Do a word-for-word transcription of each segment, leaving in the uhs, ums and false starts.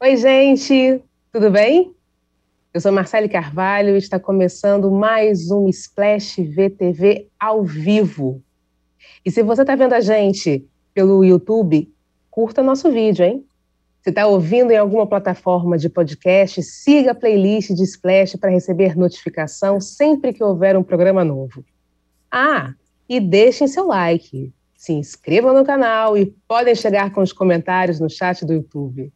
Oi, gente, tudo bem? Eu sou Marcele Carvalho e está começando mais um Splash V T V ao vivo. E se você está vendo a gente pelo YouTube, curta nosso vídeo, hein? Se está ouvindo em alguma plataforma de podcast, siga a playlist de Splash para receber notificação sempre que houver um programa novo. Ah, e deixem seu like, se inscrevam no canal e podem chegar com os comentários no chat do YouTube.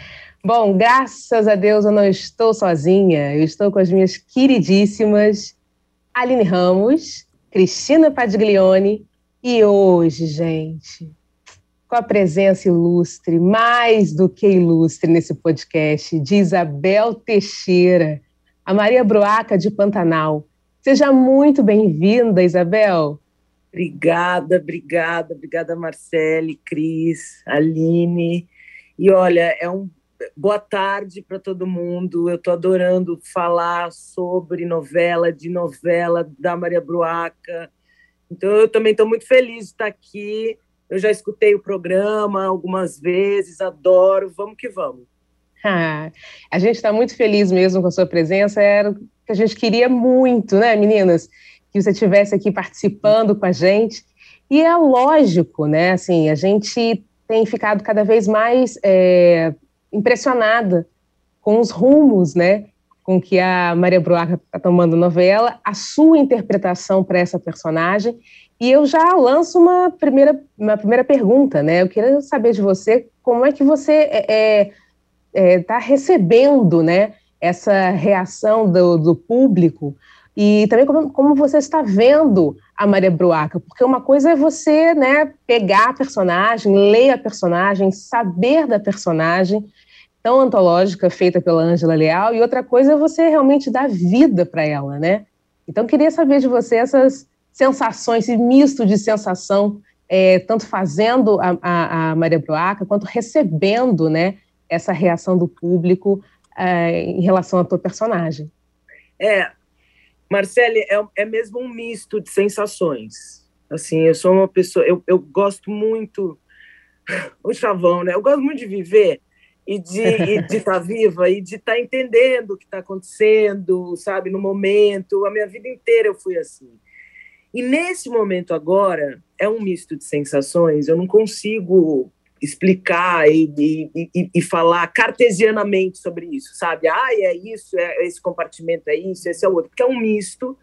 Bom, graças a Deus eu não estou sozinha, eu estou com as minhas queridíssimas Aline Ramos, Cristina Padiglione e hoje, gente, com a presença ilustre, mais do que ilustre nesse podcast, de Isabel Teixeira, a Maria Bruaca de Pantanal. Seja muito bem-vinda, Isabel. Obrigada, obrigada, obrigada, Marcele, Cris, Aline. E olha, é um boa tarde para todo mundo. Eu estou adorando falar sobre novela, de novela da Maria Bruaca. Então, eu também estou muito feliz de estar aqui. Eu já escutei o programa algumas vezes, adoro. Vamos que vamos. Ah, a gente está muito feliz mesmo com a sua presença. Era o que a gente queria muito, né, meninas? Que você estivesse aqui participando com a gente. E é lógico, né? Assim, a gente tem ficado cada vez mais é, impressionada com os rumos, né, com que a Maria Bruaca está tomando novela, a sua interpretação para essa personagem. E eu já lanço uma primeira, uma primeira pergunta, né? Eu queria saber de você como é que você está é, é, tá recebendo, né, essa reação do, do público e também como, como você está vendo a Maria Bruaca, porque uma coisa é você, né, pegar a personagem, ler a personagem, saber da personagem tão antológica feita pela Ângela Leal, e outra coisa é você realmente dar vida para ela, né? Então, queria saber de você essas sensações, esse misto de sensação, é, tanto fazendo a, a, a Maria Bruaca, quanto recebendo, né, essa reação do público é, em relação à tua personagem. É, Marcele, é, é mesmo um misto de sensações. Assim, eu sou uma pessoa, eu, eu gosto muito, o chavão, né? Eu gosto muito de viver e de estar tá viva e de estar tá entendendo o que está acontecendo, sabe, no momento. A minha vida inteira eu fui assim. E nesse momento agora, é um misto de sensações, eu não consigo explicar e, e, e, e falar cartesianamente sobre isso, sabe? Ah, é isso, é, esse compartimento é isso, esse é o outro, porque é um misto.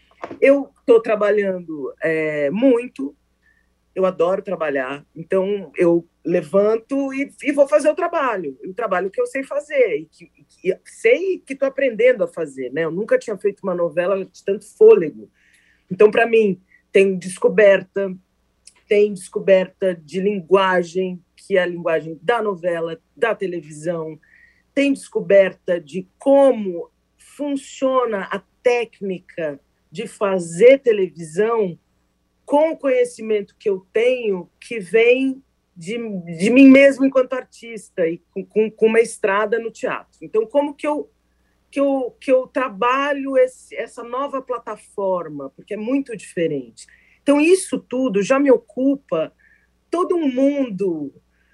Eu estou trabalhando é, muito, eu adoro trabalhar, então eu levanto e, e vou fazer o trabalho, o trabalho que eu sei fazer, e que, e sei que estou aprendendo a fazer, né? Eu nunca tinha feito uma novela de tanto fôlego. Então, para mim, tem descoberta, tem descoberta de linguagem, que é a linguagem da novela, da televisão, tem descoberta de como funciona a técnica de fazer televisão com o conhecimento que eu tenho, que vem de, de mim mesmo enquanto artista e com, com, com uma estrada no teatro. Então, como que eu Que eu, que eu trabalho esse, essa nova plataforma, porque é muito diferente. Então, isso tudo já me ocupa todo um mundo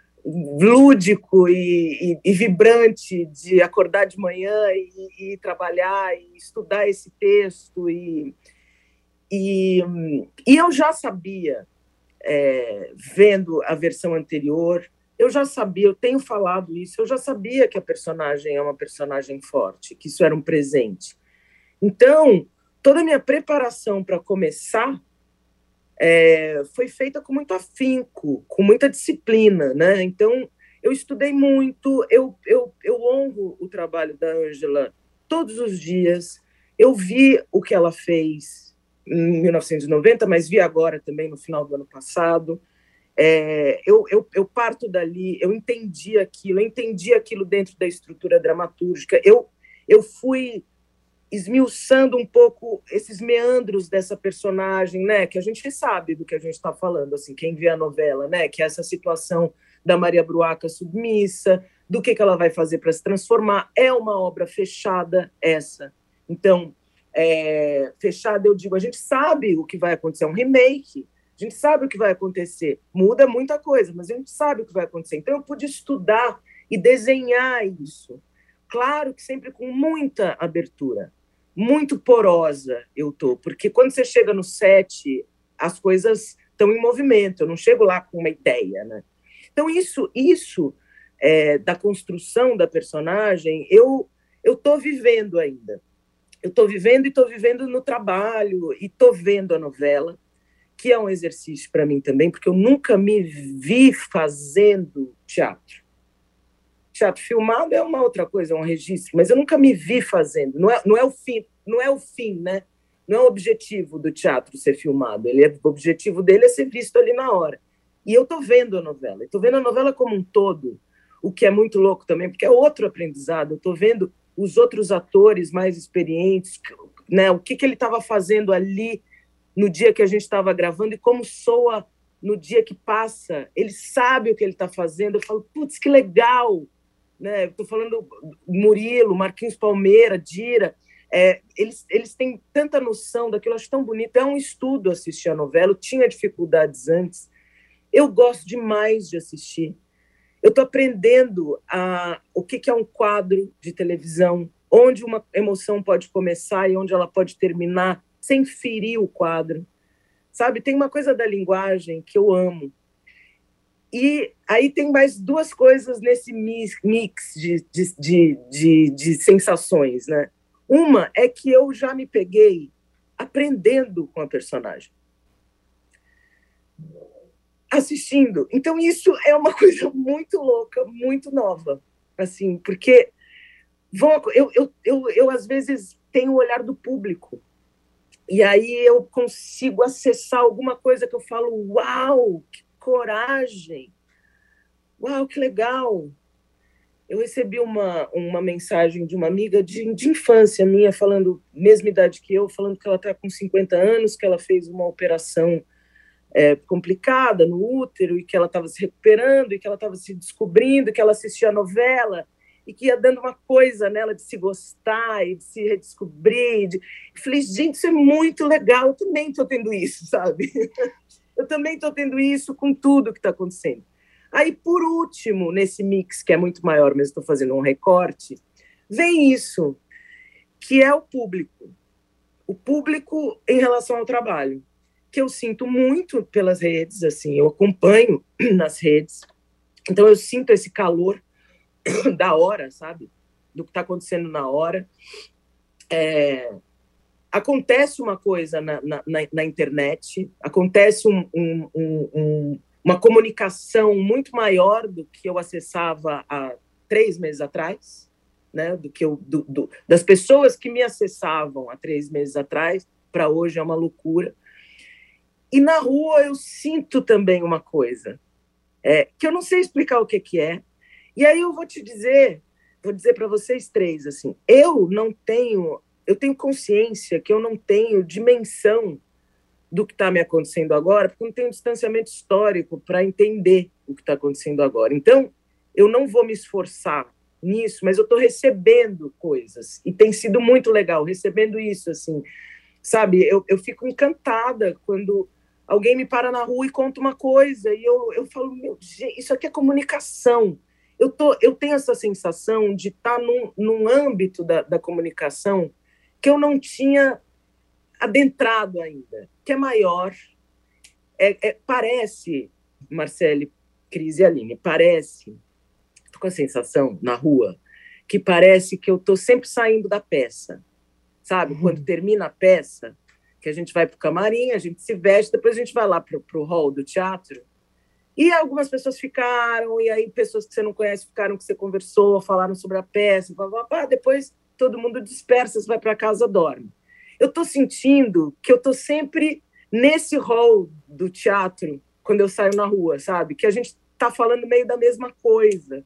lúdico e, e, e vibrante de acordar de manhã e, e trabalhar e estudar esse texto. E, e, e eu já sabia, é, vendo a versão anterior, eu já sabia, eu tenho falado isso, eu já sabia que a personagem é uma personagem forte, que isso era um presente. Então, toda a minha preparação para começar é, foi feita com muito afinco, com muita disciplina, né? Então, eu estudei muito, eu, eu, eu honro o trabalho da Ângela todos os dias, eu vi o que ela fez em mil novecentos e noventa, mas vi agora também no final do ano passado. É, eu, eu, eu parto dali, eu entendi aquilo, eu entendi aquilo dentro da estrutura dramatúrgica, eu, eu fui esmiuçando um pouco esses meandros dessa personagem, né, que a gente sabe do que a gente está falando, assim, quem vê a novela, né, que é essa situação da Maria Bruaca submissa, do que, que ela vai fazer para se transformar. É uma obra fechada essa, então, é, fechada, eu digo, a gente sabe o que vai acontecer, é um remake. A gente sabe o que vai acontecer, muda muita coisa, mas a gente sabe o que vai acontecer. Então, eu pude estudar e desenhar isso. Claro que sempre com muita abertura, muito porosa eu tô, porque quando você chega no set, as coisas estão em movimento, eu não chego lá com uma ideia, né? Então, isso, isso é, da construção da personagem, eu eu tô vivendo ainda. Eu tô vivendo e tô vivendo no trabalho, e tô vendo a novela, que é um exercício para mim também, porque eu nunca me vi fazendo teatro. Teatro filmado é uma outra coisa, é um registro, mas eu nunca me vi fazendo. Não é, não é o fim, não é o fim, né? Não é o objetivo do teatro ser filmado. Ele é, o objetivo dele é ser visto ali na hora. E eu tô vendo a novela. Estou vendo a novela como um todo, o que é muito louco também, porque é outro aprendizado. Eu estou vendo os outros atores mais experientes, né? O que, que ele estava fazendo ali no dia que a gente estava gravando e como soa no dia que passa. Ele sabe o que ele está fazendo. Eu falo, putz, que legal! Né? Estou falando Murilo, Marquinhos Palmeira, Dira. É, eles, eles têm tanta noção daquilo, eu acho tão bonito. É um estudo assistir a novela. Eu tinha dificuldades antes. Eu gosto demais de assistir. Eu estou aprendendo a, o que, que é um quadro de televisão, onde uma emoção pode começar e onde ela pode terminar, sem ferir o quadro. Sabe? Tem uma coisa da linguagem que eu amo. E aí tem mais duas coisas nesse mix de, de, de, de, de sensações, né? Uma é que eu já me peguei aprendendo com a personagem. Assistindo. Então, isso é uma coisa muito louca, muito nova. Assim, porque vão, eu, eu, eu, eu, às vezes, tenho o olhar do público. E aí eu consigo acessar alguma coisa que eu falo, uau, que coragem! Uau, que legal! Eu recebi uma, uma mensagem de uma amiga de, de infância minha, falando, mesma idade que eu, falando que ela está com cinquenta anos, que ela fez uma operação é, complicada no útero e que ela estava se recuperando e que ela estava se descobrindo, que ela assistia a novela e que ia dando uma coisa nela de se gostar e de se redescobrir. De... Eu falei, gente, isso é muito legal, eu também estou tendo isso, sabe? Eu também estou tendo isso com tudo que está acontecendo. Aí, por último, nesse mix, que é muito maior, mas estou fazendo um recorte, vem isso, que é o público. O público em relação ao trabalho, que eu sinto muito pelas redes, assim, eu acompanho nas redes, então eu sinto esse calor da hora, sabe? Do que está acontecendo na hora. É... Acontece uma coisa na, na, na internet, acontece um, um, um, um uma comunicação muito maior do que eu acessava há três meses atrás, né? Do que eu, do, do, das pessoas que me acessavam há três meses atrás, para hoje é uma loucura. E na rua eu sinto também uma coisa, é, que eu não sei explicar o que, que é. E aí eu vou te dizer, vou dizer para vocês três, assim, eu não tenho, eu tenho consciência que eu não tenho dimensão do que está me acontecendo agora, porque eu não tenho distanciamento histórico para entender o que está acontecendo agora. Então, eu não vou me esforçar nisso, mas eu estou recebendo coisas, e tem sido muito legal, recebendo isso, assim, sabe? Eu, eu fico encantada quando alguém me para na rua e conta uma coisa, e eu, eu falo, meu, isso aqui é comunicação. Eu, tô, eu tenho essa sensação de estar tá num, num âmbito da, da comunicação que eu não tinha adentrado ainda, que é maior. É, é, parece, Marcele, Cris e Aline, parece, estou com a sensação na rua, que parece que eu estou sempre saindo da peça, sabe? Uhum. Quando termina a peça, que a gente vai para o camarim, a gente se veste, depois a gente vai lá para o hall do teatro, e algumas pessoas ficaram, e aí pessoas que você não conhece ficaram, que você conversou, falaram sobre a peça, blá, blá, blá, depois todo mundo dispersa, você vai para casa, dorme. Eu estou sentindo que eu estou sempre nesse hall do teatro quando eu saio na rua, sabe? Que a gente está falando meio da mesma coisa.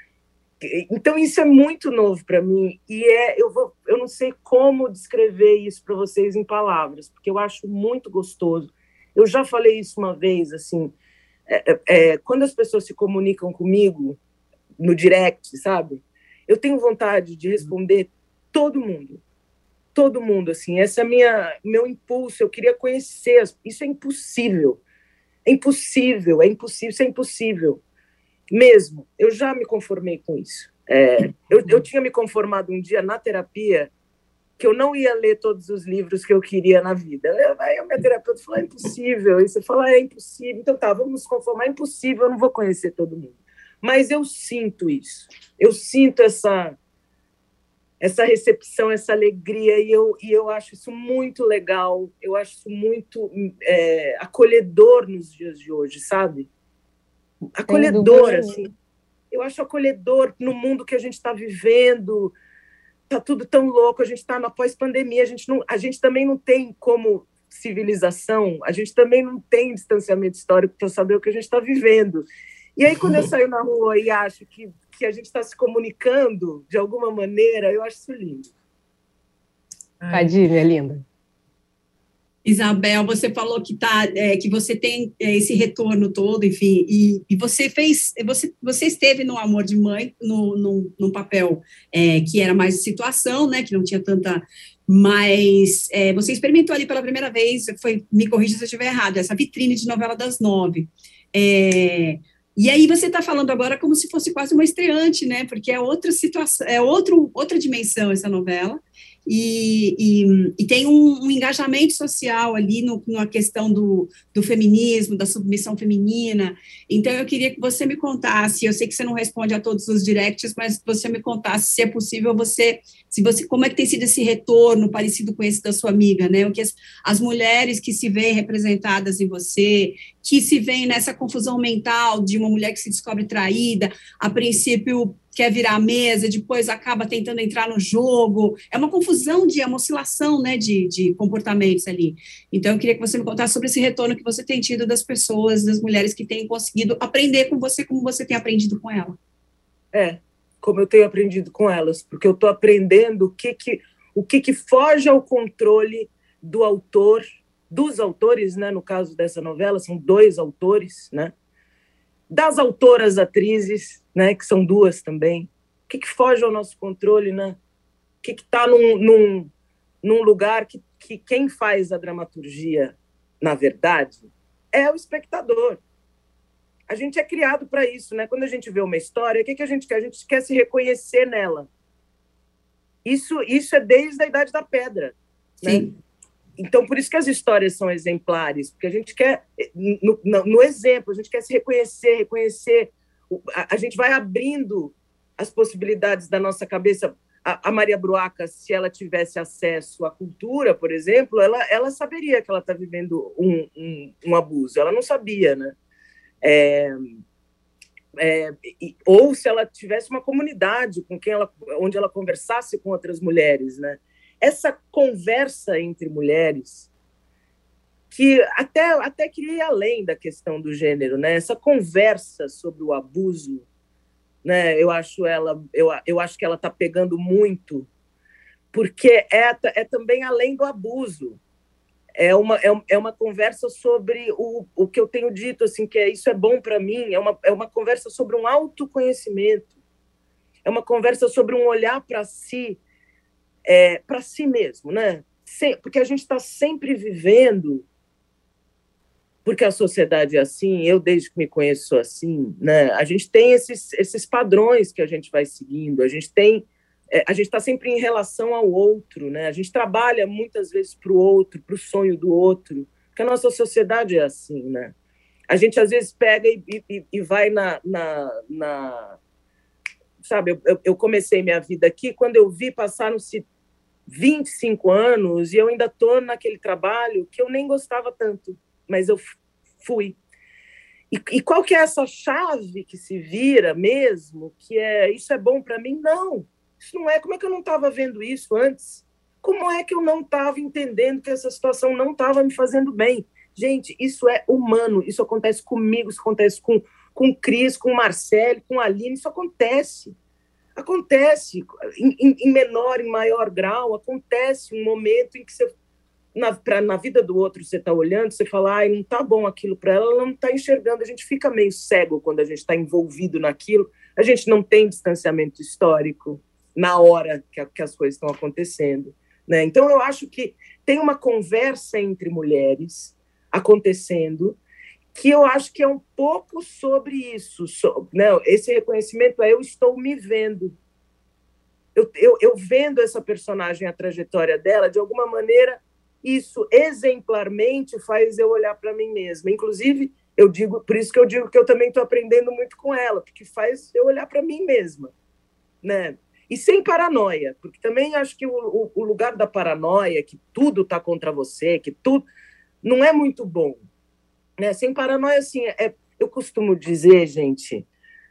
Então, isso é muito novo para mim e é, eu, vou, eu não sei como descrever isso para vocês em palavras, porque eu acho muito gostoso. Eu já falei isso uma vez, assim, é, é, quando as pessoas se comunicam comigo no direct, sabe? Eu tenho vontade de responder todo mundo. Todo mundo, assim, esse é minha, meu impulso, eu queria conhecer, isso é impossível, é impossível, é impossível, isso é impossível, mesmo, eu já me conformei com isso. É, eu, eu tinha me conformado um dia na terapia que eu não ia ler todos os livros que eu queria na vida. Aí a minha terapeuta falou, é impossível. E você fala, é impossível. Então tá, vamos nos conformar, é impossível, eu não vou conhecer todo mundo. Mas eu sinto isso. Eu sinto essa, essa recepção, essa alegria, e eu, e eu acho isso muito legal, eu acho isso muito é, acolhedor nos dias de hoje, sabe? Acolhedor, assim. Eu acho acolhedor no mundo que a gente está vivendo. Tá tudo tão louco, a gente está na pós-pandemia, a gente, não, a gente também não tem como civilização, a gente também não tem distanciamento histórico para saber o que a gente está vivendo. E aí, quando eu saio na rua e acho que, que a gente está se comunicando de alguma maneira, eu acho isso lindo. Padilha, minha linda. Isabel, você falou que, tá, é, que você tem é, esse retorno todo, enfim, e, e você fez, você, você esteve no Amor de Mãe, no, no, num papel é, que era mais de situação, né, que não tinha tanta, mas é, você experimentou ali pela primeira vez, foi, me corrija se eu estiver errado, essa vitrine de novela das nove. É, e aí você está falando agora como se fosse quase uma estreante, né, porque é outra situação, é outro, outra dimensão essa novela. E, e, e tem um, um engajamento social ali no, na questão do, do feminismo, da submissão feminina. Então, eu queria que você me contasse, eu sei que você não responde a todos os directs, mas você me contasse, se é possível, você, se você, como é que tem sido esse retorno parecido com esse da sua amiga, né? O que as, as mulheres que se veem representadas em você, que se veem nessa confusão mental de uma mulher que se descobre traída, a princípio quer virar a mesa, depois acaba tentando entrar no jogo, é uma confusão, de, é uma oscilação, né, de, de comportamentos ali. Então, eu queria que você me contasse sobre esse retorno que você tem tido das pessoas, das mulheres que têm conseguido aprender com você, como você tem aprendido com ela. É, como eu tenho aprendido com elas, porque eu estou aprendendo o que que, o que que foge ao controle do autor, dos autores, né, no caso dessa novela, são dois autores, né, das autoras atrizes, né, que são duas também, o que, que foge ao nosso controle, né? O que está num, num, num lugar que, que quem faz a dramaturgia, na verdade, é o espectador. A gente é criado para isso, né? Quando a gente vê uma história, o que, que a gente quer? A gente quer se reconhecer nela. Isso, isso é desde a Idade da Pedra, Sim. Né? Então, por isso que as histórias são exemplares, porque a gente quer, no, no, no exemplo, a gente quer se reconhecer, reconhecer, a, a gente vai abrindo as possibilidades da nossa cabeça. A, a Maria Bruaca, se ela tivesse acesso à cultura, por exemplo, ela, ela saberia que ela está vivendo um, um, um abuso, ela não sabia, né? É, é, ou se ela tivesse uma comunidade com quem ela, onde ela conversasse com outras mulheres, né? Essa conversa entre mulheres, que até, até queria ir além da questão do gênero, né? Essa conversa sobre o abuso, né? Eu acho ela, eu, eu acho que ela está pegando muito, porque é, é também além do abuso. É uma, é, é uma conversa sobre o, o que eu tenho dito, assim, que é, isso é bom para mim, é uma, é uma conversa sobre um autoconhecimento, é uma conversa sobre um olhar para si, É, para si mesmo, né? Sem, porque a gente está sempre vivendo, porque a sociedade é assim, eu desde que me conheço sou assim, né? A gente tem esses, esses padrões que a gente vai seguindo, a gente tem, é, a gente está sempre em relação ao outro, né? A gente trabalha muitas vezes para o outro, para o sonho do outro, porque a nossa sociedade é assim, né? A gente às vezes pega e, e, e vai na, na, na... Sabe, eu, eu comecei minha vida aqui, quando eu vi passaram-se vinte e cinco anos e eu ainda estou naquele trabalho que eu nem gostava tanto, mas eu fui. E, e qual que é essa chave que se vira mesmo, que é, isso é bom para mim? Não, isso não é. Como é que eu não estava vendo isso antes? Como é que eu não estava entendendo que essa situação não estava me fazendo bem? Gente, isso é humano, isso acontece comigo, isso acontece com, com o Cris, com o Marcelo, com a Aline, isso acontece. Acontece, em, em menor, em maior grau, acontece um momento em que você, na, pra, na vida do outro, você está olhando, você fala, ai, não está bom aquilo para ela, ela não está enxergando, a gente fica meio cego quando a gente está envolvido naquilo, a gente não tem distanciamento histórico na hora que, a, que as coisas estão acontecendo, né? Então, eu acho que tem uma conversa entre mulheres acontecendo, que eu acho que é um pouco sobre isso. So, não, esse reconhecimento é eu estou me vendo. Eu, eu, eu vendo essa personagem, a trajetória dela, de alguma maneira, isso exemplarmente faz eu olhar para mim mesma. Inclusive, eu digo, por isso que eu digo que eu também estou aprendendo muito com ela, porque faz eu olhar para mim mesma, né? E sem paranoia, porque também acho que o, o lugar da paranoia, que tudo está contra você, que tudo não é muito bom, né? Sem paranoia, assim, é, eu costumo dizer, gente,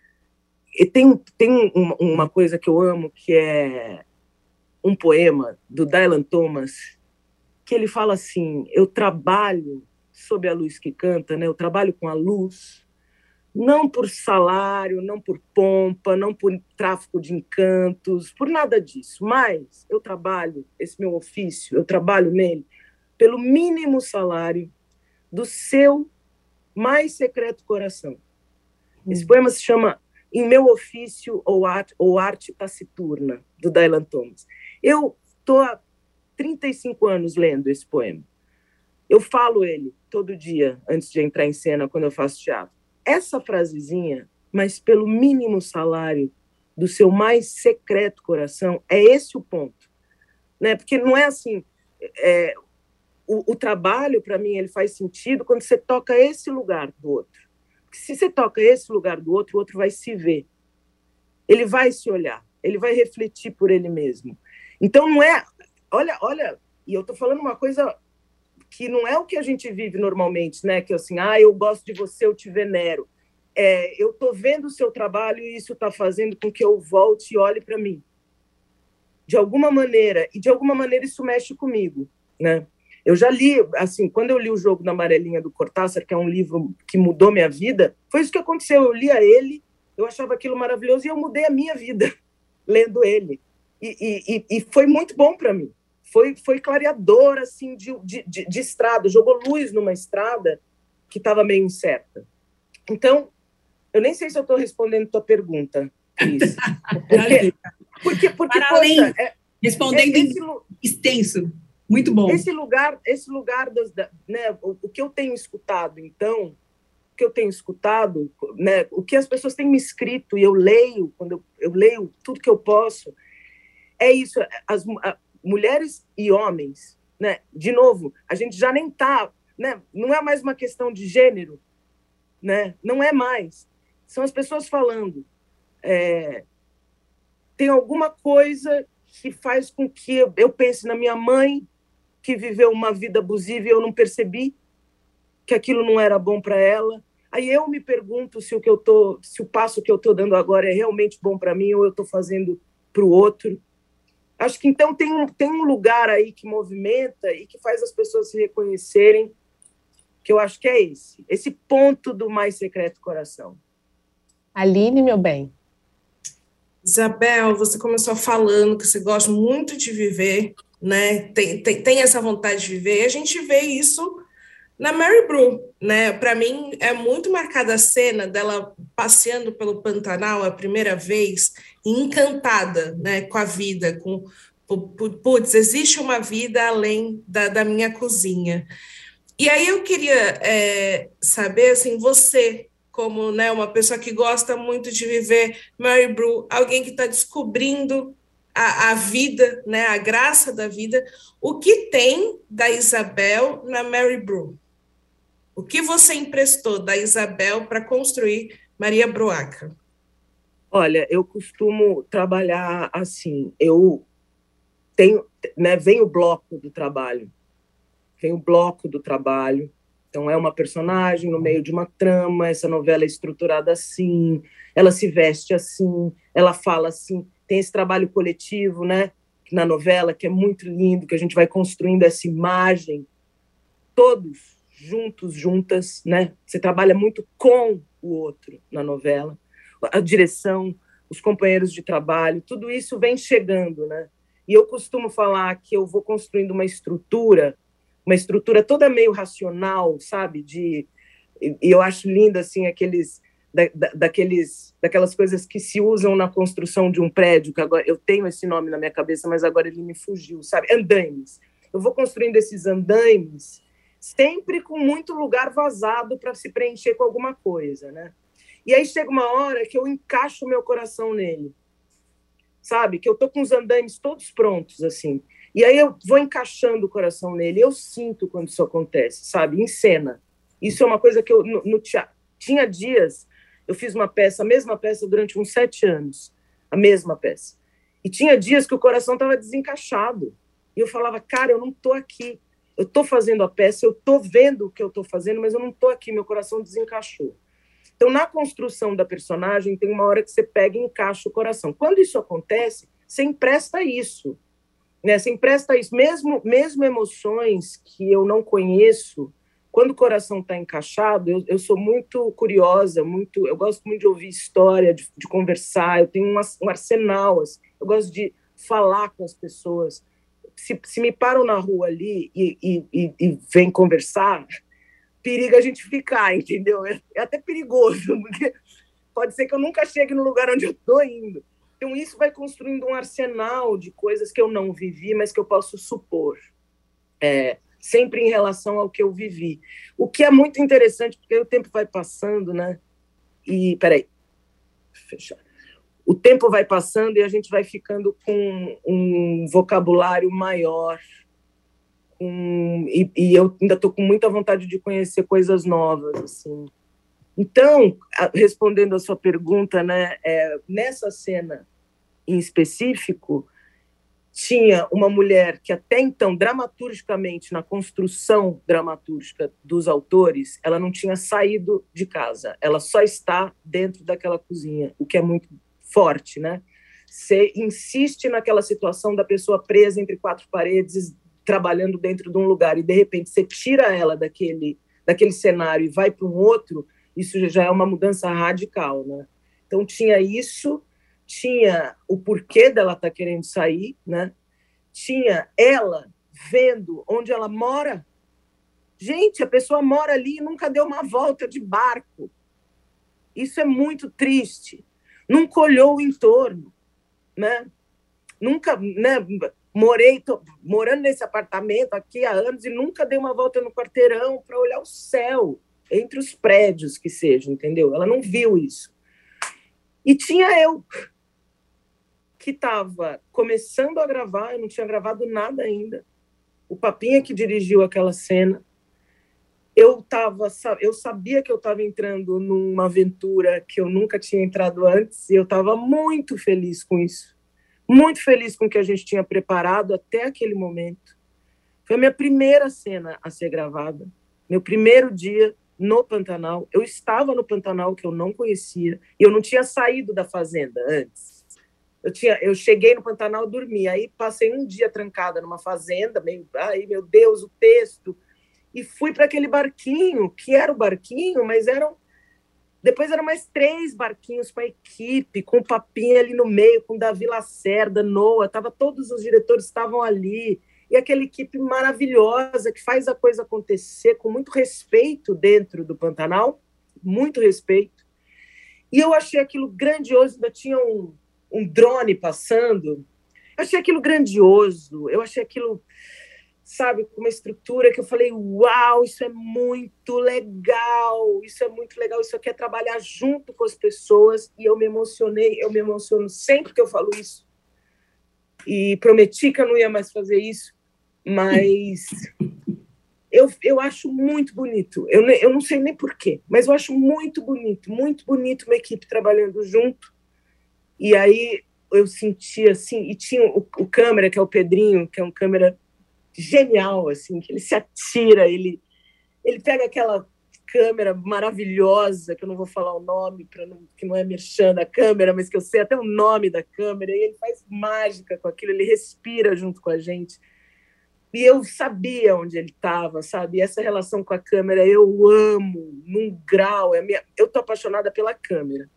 e tem, tem uma, uma coisa que eu amo, que é um poema do Dylan Thomas, que ele fala assim, eu trabalho sob a luz que canta, né? Eu trabalho com a luz, não por salário, não por pompa, não por tráfico de encantos, por nada disso, mas eu trabalho, esse meu ofício, eu trabalho nele pelo mínimo salário do seu mais secreto coração. Esse hum. poema se chama Em Meu Ofício ou Arte, ou Arte Taciturna, do Dylan Thomas. Eu estou há trinta e cinco anos lendo esse poema. Eu falo ele todo dia, antes de entrar em cena, quando eu faço teatro. Essa frasezinha, mas pelo mínimo salário do seu mais secreto coração, é esse o ponto. Né? Porque não é assim... É, o, o trabalho, para mim, ele faz sentido quando você toca esse lugar do outro. Porque se você toca esse lugar do outro, o outro vai se ver. Ele vai se olhar. Ele vai refletir por ele mesmo. Então, não é... Olha, olha... E eu estou falando uma coisa que não é o que a gente vive normalmente, né? Que é assim, ah, eu gosto de você, eu te venero. É, eu estou vendo o seu trabalho e isso está fazendo com que eu volte e olhe para mim. De alguma maneira. E de alguma maneira isso mexe comigo, né? Eu já li, assim, quando eu li O Jogo da Amarelinha, do Cortázar, que é um livro que mudou minha vida, foi isso que aconteceu. Eu lia ele, eu achava aquilo maravilhoso e eu mudei a minha vida lendo ele. E, e, e foi muito bom para mim. Foi, foi clareador, assim, de, de, de, de estrada. Jogou luz numa estrada que estava meio incerta. Então, eu nem sei se eu estou respondendo a tua pergunta, Cris. Porque, porque, porque Para poxa, além, é, respondendo é esse, extenso. Muito bom. Esse lugar, esse lugar das, né, o, o que eu tenho escutado, então, o que eu tenho escutado, né, o que as pessoas têm me escrito, e eu leio, quando eu, eu leio tudo que eu posso, é isso, as a, mulheres e homens, né, de novo, a gente já nem está, né, não é mais uma questão de gênero, né, não é mais, são as pessoas falando, é, tem alguma coisa que faz com que eu, eu pense na minha mãe, que viveu uma vida abusiva e eu não percebi que aquilo não era bom para ela. Aí eu me pergunto se o que eu tô, se o passo que eu estou dando agora é realmente bom para mim ou eu estou fazendo para o outro. Acho que então tem um, tem um lugar aí que movimenta e que faz as pessoas se reconhecerem, que eu acho que é esse, esse ponto do mais secreto coração. Aline, meu bem. Isabel, você começou falando que você gosta muito de viver, né? Tem, tem, tem essa vontade de viver, e a gente vê isso na Mary Bru, né? Para mim é muito marcada a cena dela passeando pelo Pantanal a primeira vez, encantada, né, com a vida, com putz, existe uma vida além da, da minha cozinha. E aí eu queria é, saber, assim, você, como, né, uma pessoa que gosta muito de viver Mary Bru, alguém que está descobrindo a, a vida, né, a graça da vida, o que tem da Isabel na Mary Bru? O que você emprestou da Isabel para construir Maria Bruaca? Olha, eu costumo trabalhar assim, eu tenho, né, vem o bloco do trabalho, vem o bloco do trabalho, então é uma personagem no meio de uma trama, essa novela é estruturada assim, ela se veste assim, ela fala assim, tem esse trabalho coletivo, né, na novela, que é muito lindo, que a gente vai construindo essa imagem, todos juntos, juntas, né? Você trabalha muito com o outro na novela, a direção, os companheiros de trabalho, tudo isso vem chegando, né? E eu costumo falar que eu vou construindo uma estrutura, uma estrutura toda meio racional, sabe? De, e eu acho lindo, assim, aqueles, da, da, daqueles, daquelas coisas que se usam na construção de um prédio, que agora eu tenho esse nome na minha cabeça, mas agora ele me fugiu, sabe? Andaimes. Eu vou construindo esses andaimes sempre com muito lugar vazado para se preencher com alguma coisa, né? E aí chega uma hora que eu encaixo o meu coração nele, sabe? Que eu tô com os andaimes todos prontos, assim. E aí eu vou encaixando o coração nele. Eu sinto quando isso acontece, sabe? Em cena. Isso é uma coisa que eu, no, no teatro... Tinha dias, eu fiz uma peça, a mesma peça durante uns sete anos. A mesma peça. E tinha dias que o coração estava desencaixado. E eu falava, cara, eu não tô aqui. Eu tô fazendo a peça, eu tô vendo o que eu tô fazendo, mas eu não tô aqui, meu coração desencaixou. Então, na construção da personagem, tem uma hora que você pega e encaixa o coração. Quando isso acontece, você empresta isso. Né? Você empresta isso. Mesmo, mesmo emoções que eu não conheço, quando o coração está encaixado, eu, eu sou muito curiosa, muito, eu gosto muito de ouvir história, de, de conversar, eu tenho um, um arsenal, assim, eu gosto de falar com as pessoas. Se, se me param na rua ali e, e, e, e vem conversar... periga a gente ficar, entendeu? É até perigoso, porque pode ser que eu nunca chegue no lugar onde eu estou indo. Então, isso vai construindo um arsenal de coisas que eu não vivi, mas que eu posso supor, é, sempre em relação ao que eu vivi. O que é muito interessante, porque o tempo vai passando, né? E, peraí, fechar. O tempo vai passando e a gente vai ficando com um vocabulário maior, Um, e, e eu ainda estou com muita vontade de conhecer coisas novas, assim. Então, a, respondendo a sua pergunta, né, é, nessa cena em específico, tinha uma mulher que até então, dramaturgicamente, na construção dramatúrgica dos autores, ela não tinha saído de casa, ela só está dentro daquela cozinha, o que é muito forte, né? Você insiste naquela situação da pessoa presa entre quatro paredes, trabalhando dentro de um lugar, e de repente você tira ela daquele, daquele cenário e vai para um outro, isso já é uma mudança radical, né? Então tinha isso, tinha o porquê dela estar tá querendo sair, né? Tinha ela vendo onde ela mora. Gente, a pessoa mora ali e nunca deu uma volta de barco. Isso é muito triste. Nunca olhou o entorno, né? Nunca, né? Morei, tô morando nesse apartamento aqui há anos e nunca dei uma volta no quarteirão para olhar o céu, entre os prédios que seja, entendeu? Ela não viu isso. E tinha eu, que estava começando a gravar, eu não tinha gravado nada ainda. O Papinha que dirigiu aquela cena. Eu, tava, eu sabia que eu estava entrando numa aventura que eu nunca tinha entrado antes e eu estava muito feliz com isso. Muito feliz com o que a gente tinha preparado até aquele momento. Foi a minha primeira cena a ser gravada. Meu primeiro dia no Pantanal. Eu estava no Pantanal, que eu não conhecia, e eu não tinha saído da fazenda antes. Eu, tinha, eu cheguei no Pantanal, dormi, aí passei um dia trancada numa fazenda, meio, ai, meu Deus, o texto, e fui para aquele barquinho, que era o barquinho, mas eram... Depois eram mais três barquinhos com a equipe, com o Papinha ali no meio, com o Davi Lacerda, Noah, tava, todos os diretores estavam ali. E aquela equipe maravilhosa que faz a coisa acontecer com muito respeito dentro do Pantanal, muito respeito. E eu achei aquilo grandioso, ainda tinha um, um drone passando. Eu achei aquilo grandioso, eu achei aquilo... sabe, com uma estrutura que eu falei, uau, isso é muito legal, isso é muito legal, isso aqui é trabalhar junto com as pessoas, e eu me emocionei, eu me emociono sempre que eu falo isso, e prometi que eu não ia mais fazer isso, mas eu, eu acho muito bonito, eu, eu não sei nem porquê, mas eu acho muito bonito, muito bonito uma equipe trabalhando junto, e aí eu senti assim, e tinha o, o câmera, que é o Pedrinho, que é um câmera genial, assim, que ele se atira, ele, ele pega aquela câmera maravilhosa, que eu não vou falar o nome, pra não, que não é merchan da câmera, mas que eu sei até o nome da câmera, e ele faz mágica com aquilo, ele respira junto com a gente. E eu sabia onde ele estava, sabe? E essa relação com a câmera eu amo, num grau. É minha... Eu tô apaixonada pela câmera.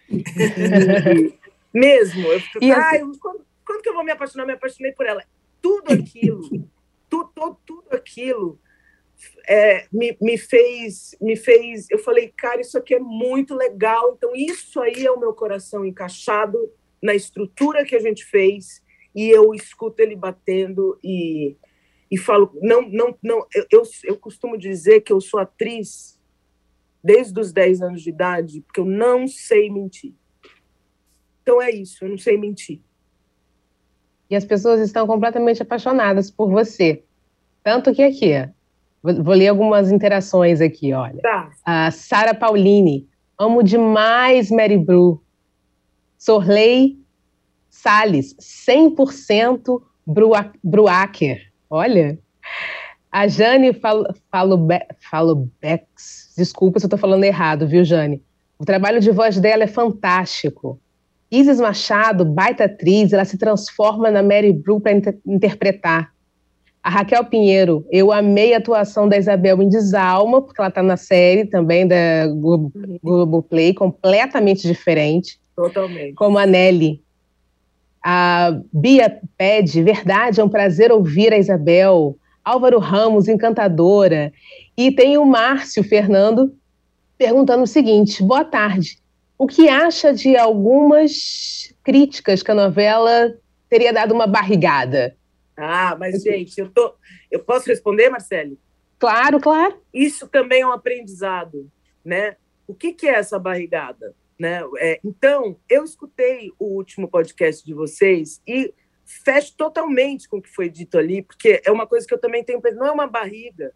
E, mesmo. Eu fico, ah, eu, quando, quando que eu vou me apaixonar? Eu me apaixonei por ela. Tudo aquilo... Tudo, tudo aquilo é, me, me, fez, me fez... Eu falei, cara, isso aqui é muito legal. Então, isso aí é o meu coração encaixado na estrutura que a gente fez, e eu escuto ele batendo, e, e falo, não, não, não, eu, eu, eu costumo dizer que eu sou atriz desde os dez anos de idade, porque eu não sei mentir. Então é isso, eu não sei mentir. E as pessoas estão completamente apaixonadas por você. Tanto que aqui, vou, vou ler algumas interações aqui, olha. Tá. A Sara Pauline, amo demais Mary Bru. Sorley Salles, cem por cento Brua, Bruaker. Olha. A Jane falo, falo, falo Bex. Desculpa se eu estou falando errado, viu, Jane? O trabalho de voz dela é fantástico. Isis Machado, baita atriz, ela se transforma na Mary Bru para inter interpretar. A Raquel Pinheiro, eu amei a atuação da Isabel em Desalma, porque ela está na série também da Globo, uhum. Globoplay, completamente diferente. Totalmente. Como a Nelly. A Bia pede, verdade, é um prazer ouvir a Isabel. Álvaro Ramos, encantadora. E tem o Márcio Fernando perguntando o seguinte, boa tarde, o que acha de algumas críticas que a novela teria dado uma barrigada? Ah, mas, gente, eu, tô... eu posso responder, Marcele? Claro, claro. Isso também é um aprendizado, né? O que, que é essa barrigada? Né? É, então, eu escutei o último podcast de vocês e fecho totalmente com o que foi dito ali, porque é uma coisa que eu também tenho pensado, não é uma barriga,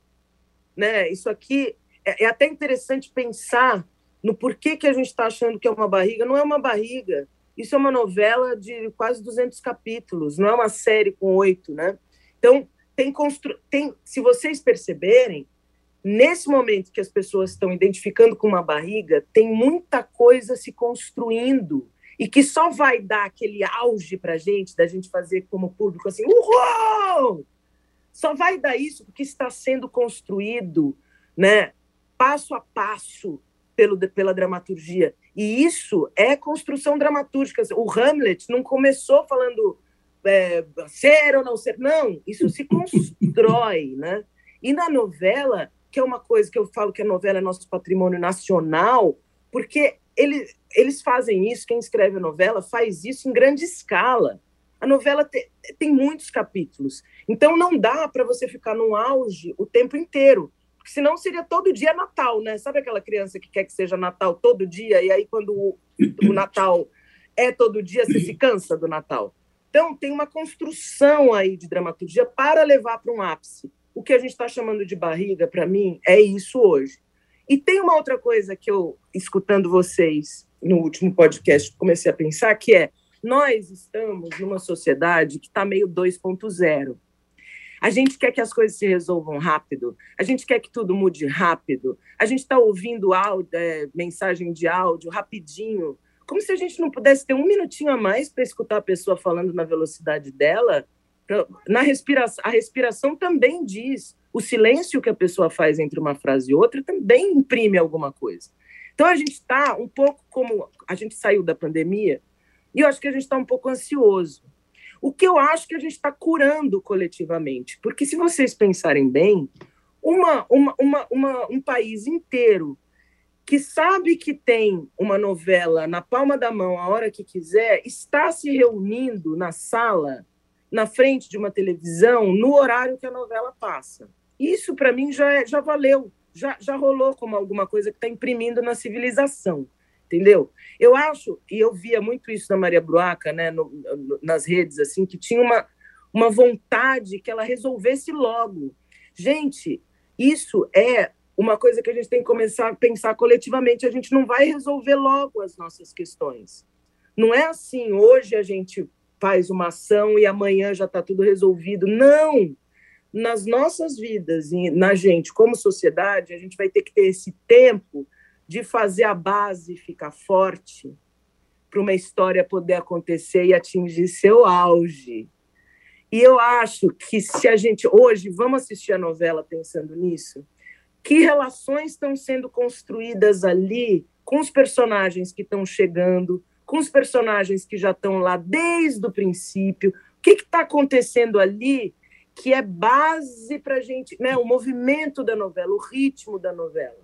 né? Isso aqui é, é até interessante pensar no porquê que a gente está achando que é uma barriga. Não é uma barriga, isso é uma novela de quase duzentos capítulos, não é uma série com oito, né? Então, tem constru... tem, se vocês perceberem, nesse momento que as pessoas estão identificando com uma barriga, tem muita coisa se construindo e que só vai dar aquele auge para a gente, da gente fazer como público assim, uhul! Só vai dar isso porque está sendo construído, né, passo a passo pelo, pela dramaturgia. E isso é construção dramatúrgica. O Hamlet não começou falando é, ser ou não ser. Não, isso se constrói, né? E na novela, que é uma coisa que eu falo que a novela é nosso patrimônio nacional, porque ele, eles fazem isso, quem escreve a novela faz isso em grande escala. A novela te, tem muitos capítulos, então não dá para você ficar no auge o tempo inteiro, porque senão seria todo dia Natal, né? Sabe aquela criança que quer que seja Natal todo dia, e aí quando o, o Natal é todo dia, você se cansa do Natal. Então tem uma construção aí de dramaturgia para levar para um ápice. O que a gente está chamando de barriga, para mim, é isso hoje. E tem uma outra coisa que eu, escutando vocês no último podcast, comecei a pensar, que é, nós estamos numa sociedade que está meio dois ponto zero. A gente quer que as coisas se resolvam rápido, a gente quer que tudo mude rápido, a gente está ouvindo áudio, é, mensagem de áudio rapidinho, como se a gente não pudesse ter um minutinho a mais para escutar a pessoa falando na velocidade dela. Na respiração, a respiração também diz, o silêncio que a pessoa faz entre uma frase e outra também imprime alguma coisa. Então a gente está um pouco como, a gente saiu da pandemia, e eu acho que a gente está um pouco ansioso. O que eu acho que a gente está curando coletivamente, porque se vocês pensarem bem, uma, uma, uma, uma, um país inteiro que sabe que tem uma novela na palma da mão a hora que quiser, está se reunindo na sala, na frente de uma televisão, no horário que a novela passa. Isso, para mim, já, é, já valeu, já, já rolou como alguma coisa que está imprimindo na civilização, entendeu? Eu acho, e eu via muito isso na Maria Bruaca, né, no, no, nas redes, assim, que tinha uma, uma vontade que ela resolvesse logo. Gente, isso é uma coisa que a gente tem que começar a pensar coletivamente. A gente não vai resolver logo as nossas questões. Não é assim, hoje a gente faz uma ação e amanhã já está tudo resolvido. Não! Nas nossas vidas e na gente, como sociedade, a gente vai ter que ter esse tempo de fazer a base ficar forte para uma história poder acontecer e atingir seu auge. E eu acho que se a gente, hoje, vamos assistir a novela pensando nisso, que relações estão sendo construídas ali com os personagens que estão chegando, com os personagens que já estão lá desde o princípio, o que está acontecendo ali que é base para a gente, né, o movimento da novela, o ritmo da novela.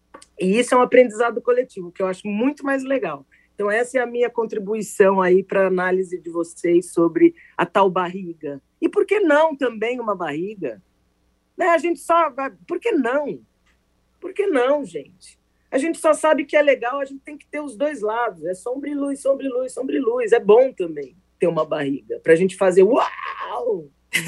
E isso é um aprendizado coletivo, que eu acho muito mais legal. Então, essa é a minha contribuição aí para a análise de vocês sobre a tal barriga E por que não também uma barriga? Né? A gente só... Por que não? Por que não, gente? A gente só sabe que é legal, a gente tem que ter os dois lados. É sombra e luz, sombra e luz, sombra e luz. É bom também ter uma barriga, para a gente fazer uau!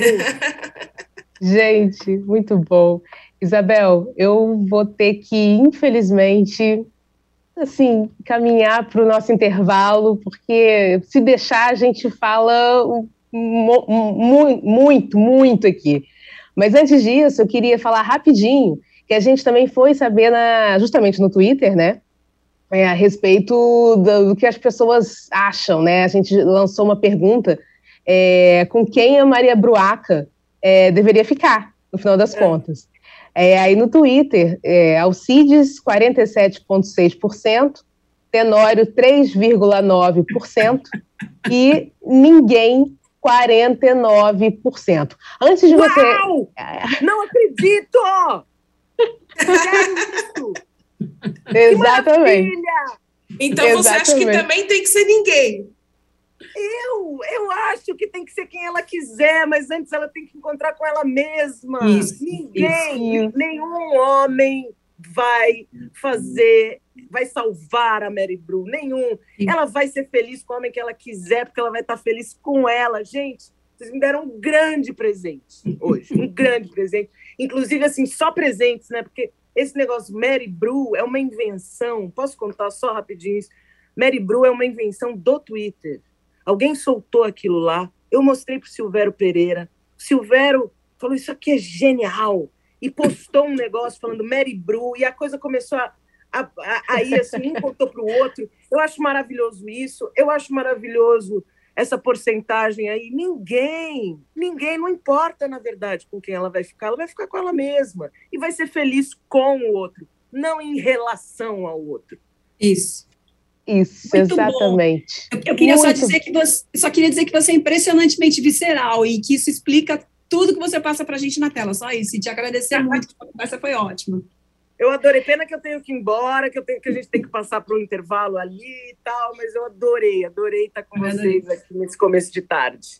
Gente, muito bom. Isabel, eu vou ter que, infelizmente, assim, caminhar para o nosso intervalo, porque se deixar a gente fala mu- mu- muito, muito aqui. Mas antes disso, eu queria falar rapidinho que a gente também foi saber, na, justamente no Twitter, né, é, a respeito do, do que as pessoas acham, né? A gente lançou uma pergunta é, com quem a Maria Bruaca é, deveria ficar, no final das é. contas. É, aí no Twitter, é, Alcides, quarenta e sete vírgula seis por cento, Tenório, três vírgula nove por cento e ninguém, quarenta e nove por cento. Antes de você... Uau! Não acredito! Isso! Exatamente. Então Exatamente. você acha que também tem que ser ninguém? Eu, eu acho que tem que ser quem ela quiser, mas antes ela tem que encontrar com ela mesma. Isso, Ninguém, isso. nenhum homem vai fazer, vai salvar a Mary Bru, nenhum. Sim. Ela vai ser feliz com o homem que ela quiser, porque ela vai estar feliz com ela. Gente, vocês me deram um grande presente hoje, um grande presente. Inclusive, assim, só presentes, né? Porque esse negócio Mary Bru é uma invenção, posso contar só rapidinho isso? Mary Bru é uma invenção do Twitter. Alguém soltou aquilo lá, eu mostrei para o Silvério Pereira, o Silvério falou, isso aqui é genial, e postou um negócio falando Mary Bru, e a coisa começou a, a, a, a ir assim, um contou para o outro. Eu acho maravilhoso isso, eu acho maravilhoso essa porcentagem aí. Ninguém, ninguém, não importa, na verdade, com quem ela vai ficar, ela vai ficar com ela mesma, e vai ser feliz com o outro, não em relação ao outro. Isso. Isso, muito exatamente. Eu, eu queria muito... só dizer que você, só queria dizer que você é impressionantemente visceral e que isso explica tudo que você passa pra gente na tela, só isso. E te agradecer muito, que a conversa foi ótima. Eu adorei, pena que eu tenho que ir embora, que, eu tenho, que a gente tem que passar para um intervalo ali e tal, mas eu adorei, adorei estar com vocês aqui nesse começo de tarde.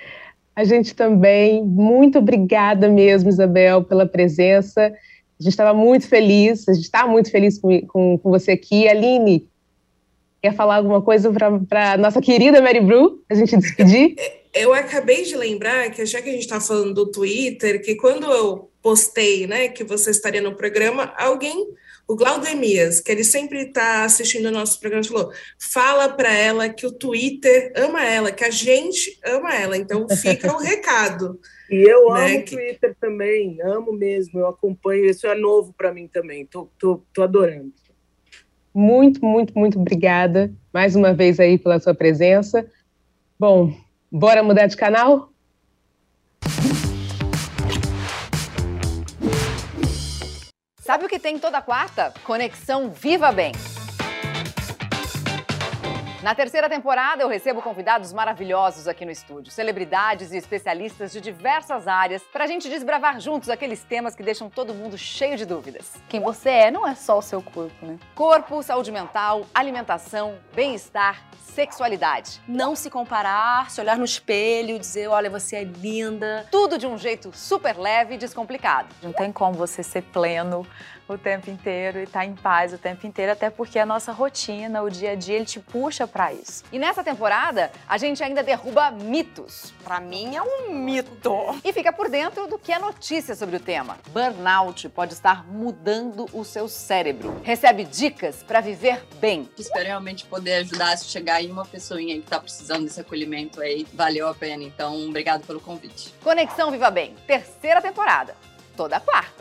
A gente também, muito obrigada mesmo, Isabel, pela presença. A gente estava muito feliz, a gente está muito feliz com, com, com você aqui. Aline, quer falar alguma coisa para a nossa querida Mary Bru, a gente despedir? Eu acabei de lembrar que, já que a gente está falando do Twitter, que quando eu postei, né, que você estaria no programa, alguém, o Glaudemias, que ele sempre está assistindo o nosso programa, falou, fala para ela que o Twitter ama ela, que a gente ama ela, então fica o recado. E eu né, amo o que... Twitter também, amo mesmo, eu acompanho, isso é novo para mim também, tô, tô, tô adorando. Muito, muito, muito obrigada mais uma vez aí pela sua presença. Bom, bora mudar de canal? Sabe o que tem toda quarta? Conexão Viva Bem. Na terceira temporada, eu recebo convidados maravilhosos aqui no estúdio, celebridades e especialistas de diversas áreas, para a gente desbravar juntos aqueles temas que deixam todo mundo cheio de dúvidas. Quem você é não é só o seu corpo, né? Corpo, saúde mental, alimentação, bem-estar, sexualidade. Não se comparar, se olhar no espelho e dizer, olha, você é linda. Tudo de um jeito super leve e descomplicado. Não tem como você ser pleno o tempo inteiro e estar em paz o tempo inteiro, até porque a nossa rotina, o dia a dia, ele te puxa pra isso. E nessa temporada, a gente ainda derruba mitos. Pra mim é um mito. E fica por dentro do que é notícia sobre o tema. Burnout pode estar mudando o seu cérebro. Recebe dicas pra viver bem. Espero realmente poder ajudar, se chegar aí uma pessoinha que tá precisando desse acolhimento aí, valeu a pena. Então, obrigado pelo convite. Conexão Viva Bem, terceira temporada, toda quarta.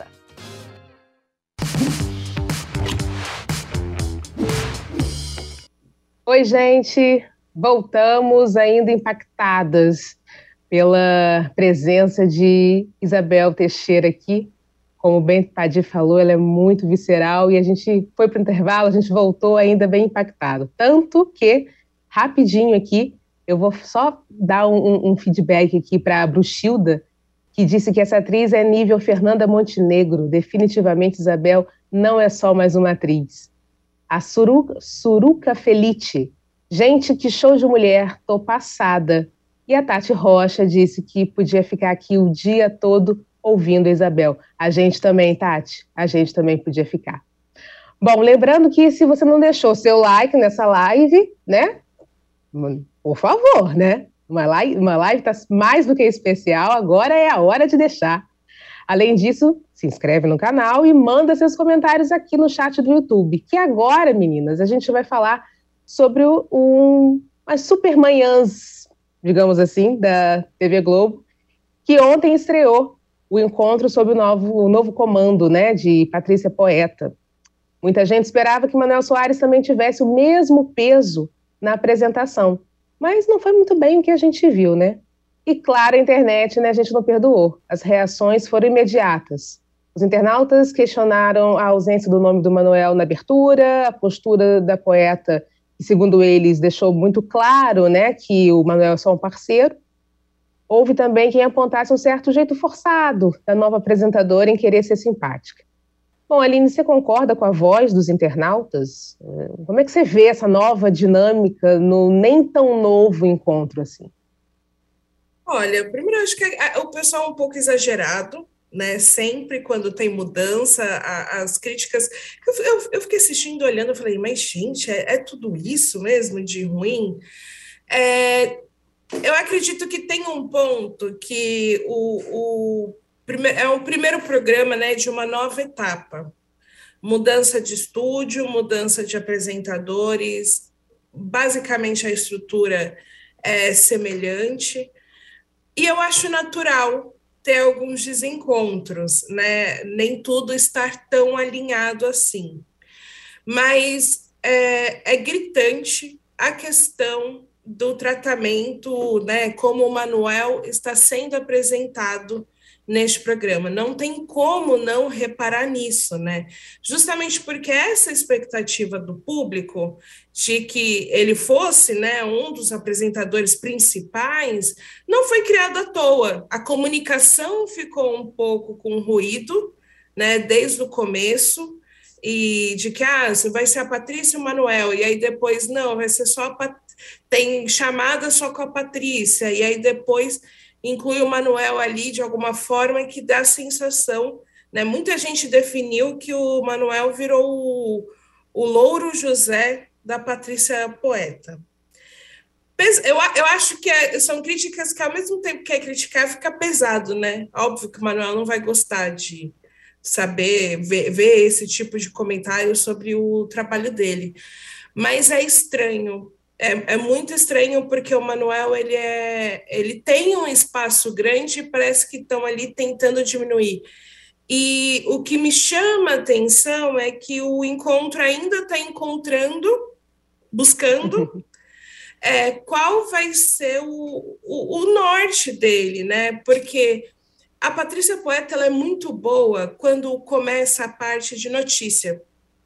Oi, gente! Voltamos ainda impactadas pela presença de Isabel Teixeira aqui. Como o Ben Padi falou, ela é muito visceral e a gente foi para o intervalo, a gente voltou ainda bem impactado. Tanto que, rapidinho aqui, eu vou só dar um, um feedback aqui para a Bruxilda, que disse que essa atriz é nível Fernanda Montenegro. Definitivamente, Isabel não é só mais uma atriz. A Suruca, Suruca Felite. Gente, que show de mulher, tô passada. E a Tati Rocha disse que podia ficar aqui o dia todo ouvindo a Isabel. A gente também, Tati, a gente também podia ficar. Bom, lembrando que se você não deixou seu like nessa live, né? Por favor, né? Uma live, uma live tá mais do que especial, agora é a hora de deixar. Além disso, se inscreve no canal e manda seus comentários aqui no chat do YouTube, que agora, meninas, a gente vai falar sobre um, umas super manhãs, digamos assim, da T V Globo, que ontem estreou o encontro sob o novo, o novo comando, né, de Patrícia Poeta. Muita gente esperava que Manoel Soares também tivesse o mesmo peso na apresentação, mas não foi muito bem o que a gente viu, né? E claro, a internet, né, a gente não perdoou. As reações foram imediatas. Os internautas questionaram a ausência do nome do Manoel na abertura, a postura da poeta, que, segundo eles, deixou muito claro, né, que o Manoel é só um parceiro. Houve também quem apontasse um certo jeito forçado da nova apresentadora em querer ser simpática. Bom, Aline, você concorda com a voz dos internautas? Como é que você vê essa nova dinâmica no nem tão novo encontro assim? Olha, primeiro eu acho que o pessoal é um pouco exagerado, né? Sempre quando tem mudança, a, as críticas... Eu, eu, eu fiquei assistindo, olhando, eu falei, mas gente, é, é tudo isso mesmo de ruim? É, eu acredito que tem um ponto que o, o prime, é o primeiro programa, né, de uma nova etapa. Mudança de estúdio, mudança de apresentadores, basicamente a estrutura é semelhante. E eu acho natural ter alguns desencontros, né? Nem tudo estar tão alinhado assim. Mas é, é gritante a questão do tratamento, né? Como o Manoel está sendo apresentado neste programa. Não tem como não reparar nisso, né? Justamente porque essa expectativa do público de que ele fosse, né, um dos apresentadores principais não foi criada à toa. A comunicação ficou um pouco com ruído, né, desde o começo, e de que ah, vai ser a Patrícia e o Manoel, e aí depois não, vai ser só a Pat... tem chamada só com a Patrícia, e aí depois inclui o Manoel ali de alguma forma que dá a sensação, né? Muita gente definiu que o Manoel virou o, o Louro José da Patrícia Poeta. Eu, eu acho que é, são críticas que, ao mesmo tempo que é criticar, fica pesado, né? Óbvio que o Manoel não vai gostar de saber, ver, ver esse tipo de comentário sobre o trabalho dele. Mas é estranho. É, é muito estranho porque o Manoel ele, é, ele tem um espaço grande e parece que estão ali tentando diminuir. E o que me chama a atenção é que o encontro ainda está encontrando, buscando é, qual vai ser o, o, o norte dele, né? Porque a Patrícia Poeta ela é muito boa quando começa a parte de notícia.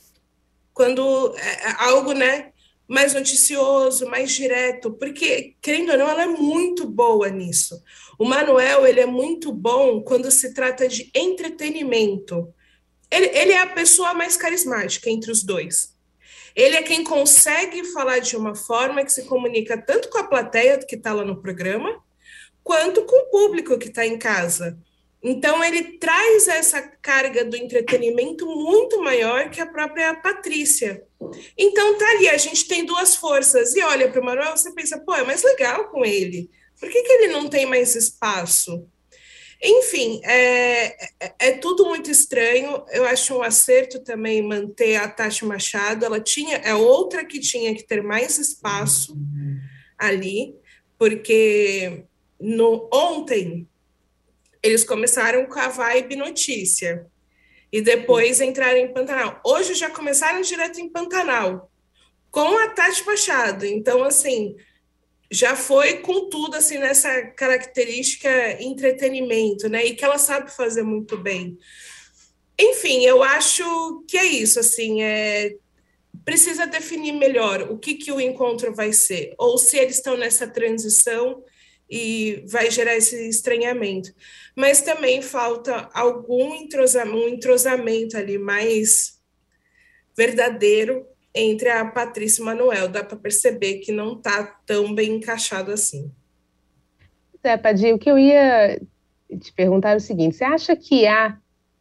Quando é algo, né? Mais noticioso, mais direto, porque, querendo ou não, ela é muito boa nisso. O Manoel, ele é muito bom quando se trata de entretenimento. Ele, ele é a pessoa mais carismática entre os dois. Ele é quem consegue falar de uma forma que se comunica tanto com a plateia que está lá no programa, quanto com o público que está em casa. Então, ele traz essa carga do entretenimento muito maior que a própria Patrícia. Então, tá ali, a gente tem duas forças. E olha para o Manoel, você pensa, pô, é mais legal com ele. Por que, que ele não tem mais espaço? Enfim, é, é, é tudo muito estranho. Eu acho um acerto também manter a Tati Machado. Ela tinha, é outra que tinha que ter mais espaço ali, porque no, ontem... eles começaram com a vibe notícia e depois entraram em Pantanal. Hoje já começaram direto em Pantanal, com a Tati Machado. Então, assim, já foi com tudo, assim, nessa característica entretenimento, né? E que ela sabe fazer muito bem. Enfim, eu acho que é isso, assim, é... precisa definir melhor o que, que o encontro vai ser, ou se eles estão nessa transição e vai gerar esse estranhamento. Mas também falta algum entrosamento, um entrosamento ali mais verdadeiro entre a Patrícia e o Manoel. Dá para perceber que não está tão bem encaixado assim. é, Padilha, o que eu ia te perguntar é o seguinte, você acha que há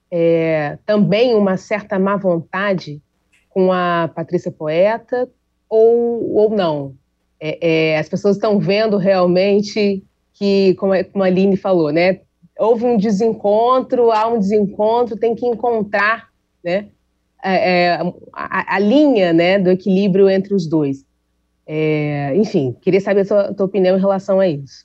é, também uma certa má vontade com a Patrícia Poeta ou, ou não? É, é, as pessoas estão vendo realmente que, como a, como a Aline falou, né, houve um desencontro, há um desencontro, tem que encontrar, né, é, a, a linha, né, do equilíbrio entre os dois. É, enfim, queria saber a tua, a tua opinião em relação a isso.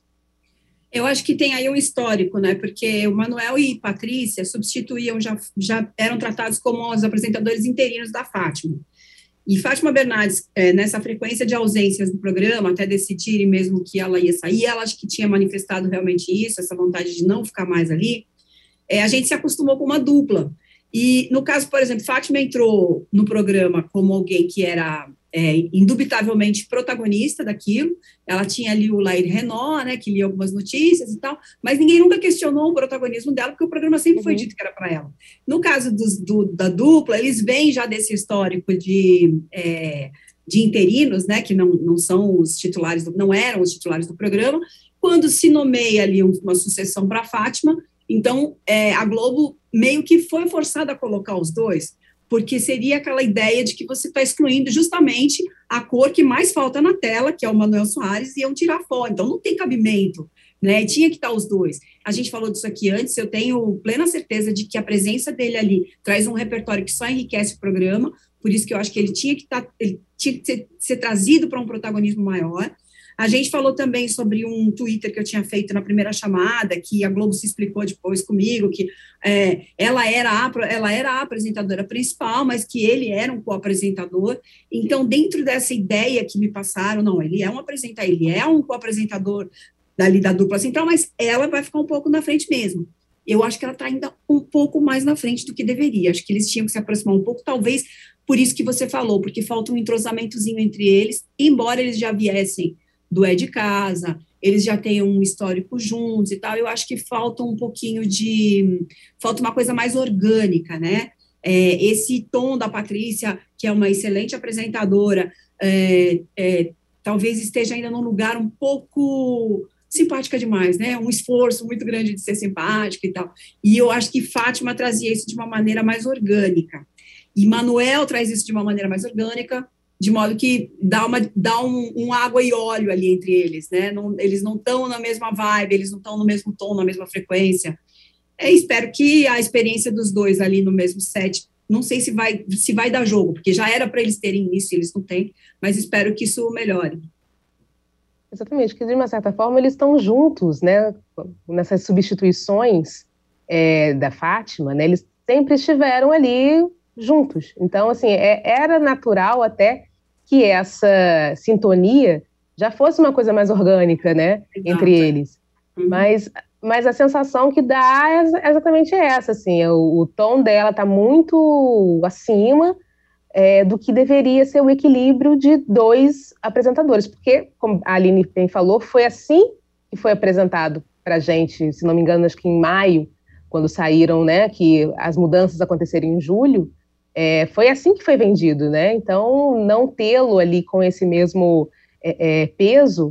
Eu acho que tem aí um histórico, né? Porque o Manuel e Patrícia substituíam, já, já eram tratados como os apresentadores interinos da Fátima. E Fátima Bernardes, é, nessa frequência de ausências do programa, até decidirem mesmo que ela ia sair, ela acho que tinha manifestado realmente isso, essa vontade de não ficar mais ali, é, a gente se acostumou com uma dupla. E, no caso, por exemplo, Fátima entrou no programa como alguém que era é, indubitavelmente protagonista daquilo, ela tinha ali o Lair Renault, né, que lia algumas notícias e tal, mas ninguém nunca questionou o protagonismo dela, porque o programa sempre uhum. foi dito que era para ela. No caso dos, do, da dupla, eles vêm já desse histórico de, é, de interinos, né, que não, não são os titulares, do, não eram os titulares do programa, quando se nomeia ali uma sucessão para Fátima, então é, a Globo meio que foi forçada a colocar os dois, porque seria aquela ideia de que você está excluindo justamente a cor que mais falta na tela, que é o Manuel Soares, e iam tirar fora, então não tem cabimento, né, e tinha que estar os dois. A gente falou disso aqui antes, eu tenho plena certeza de que a presença dele ali traz um repertório que só enriquece o programa, por isso que eu acho que ele tinha que, tá, ele tinha que ser, ser trazido para um protagonismo maior. A gente falou também sobre um Twitter que eu tinha feito na primeira chamada, que a Globo se explicou depois comigo, que é, ela, era a, ela era a apresentadora principal, mas que ele era um co-apresentador. Então, dentro dessa ideia que me passaram, não, ele é um apresentador, ele é um co-apresentador dali da dupla central, mas ela vai ficar um pouco na frente mesmo. Eu acho que ela está ainda um pouco mais na frente do que deveria. Acho que eles tinham que se aproximar um pouco, talvez por isso que você falou, porque falta um entrosamentozinho entre eles, embora eles já viessem do É de Casa, eles já têm um histórico juntos e tal, eu acho que falta um pouquinho de, falta uma coisa mais orgânica, né, é, esse tom da Patrícia, que é uma excelente apresentadora, é, é, talvez esteja ainda num lugar um pouco simpática demais, né, um esforço muito grande de ser simpática e tal, e eu acho que Fátima trazia isso de uma maneira mais orgânica, e Manuel traz isso de uma maneira mais orgânica, de modo que dá, uma, dá um, um água e óleo ali entre eles, né? Não, eles não estão na mesma vibe, eles não estão no mesmo tom, na mesma frequência. Eu espero que a experiência dos dois ali no mesmo set, não sei se vai, se vai dar jogo, porque já era para eles terem isso, eles não têm, mas espero que isso melhore. Exatamente, que de uma certa forma eles estão juntos, né? Nessas substituições é, da Fátima, né? Eles sempre estiveram ali juntos. Então, assim, é, era natural até que essa sintonia já fosse uma coisa mais orgânica, né, Exato. Entre eles. Uhum. Mas, mas a sensação que dá é exatamente essa, assim, o, o tom dela está muito acima é, do que deveria ser o equilíbrio de dois apresentadores, porque, como a Aline bem falou, foi assim que foi apresentado para a gente, se não me engano, acho que em maio, quando saíram, né, que as mudanças aconteceram em julho, É, foi assim que foi vendido, né? Então, não tê-lo ali com esse mesmo é, é, peso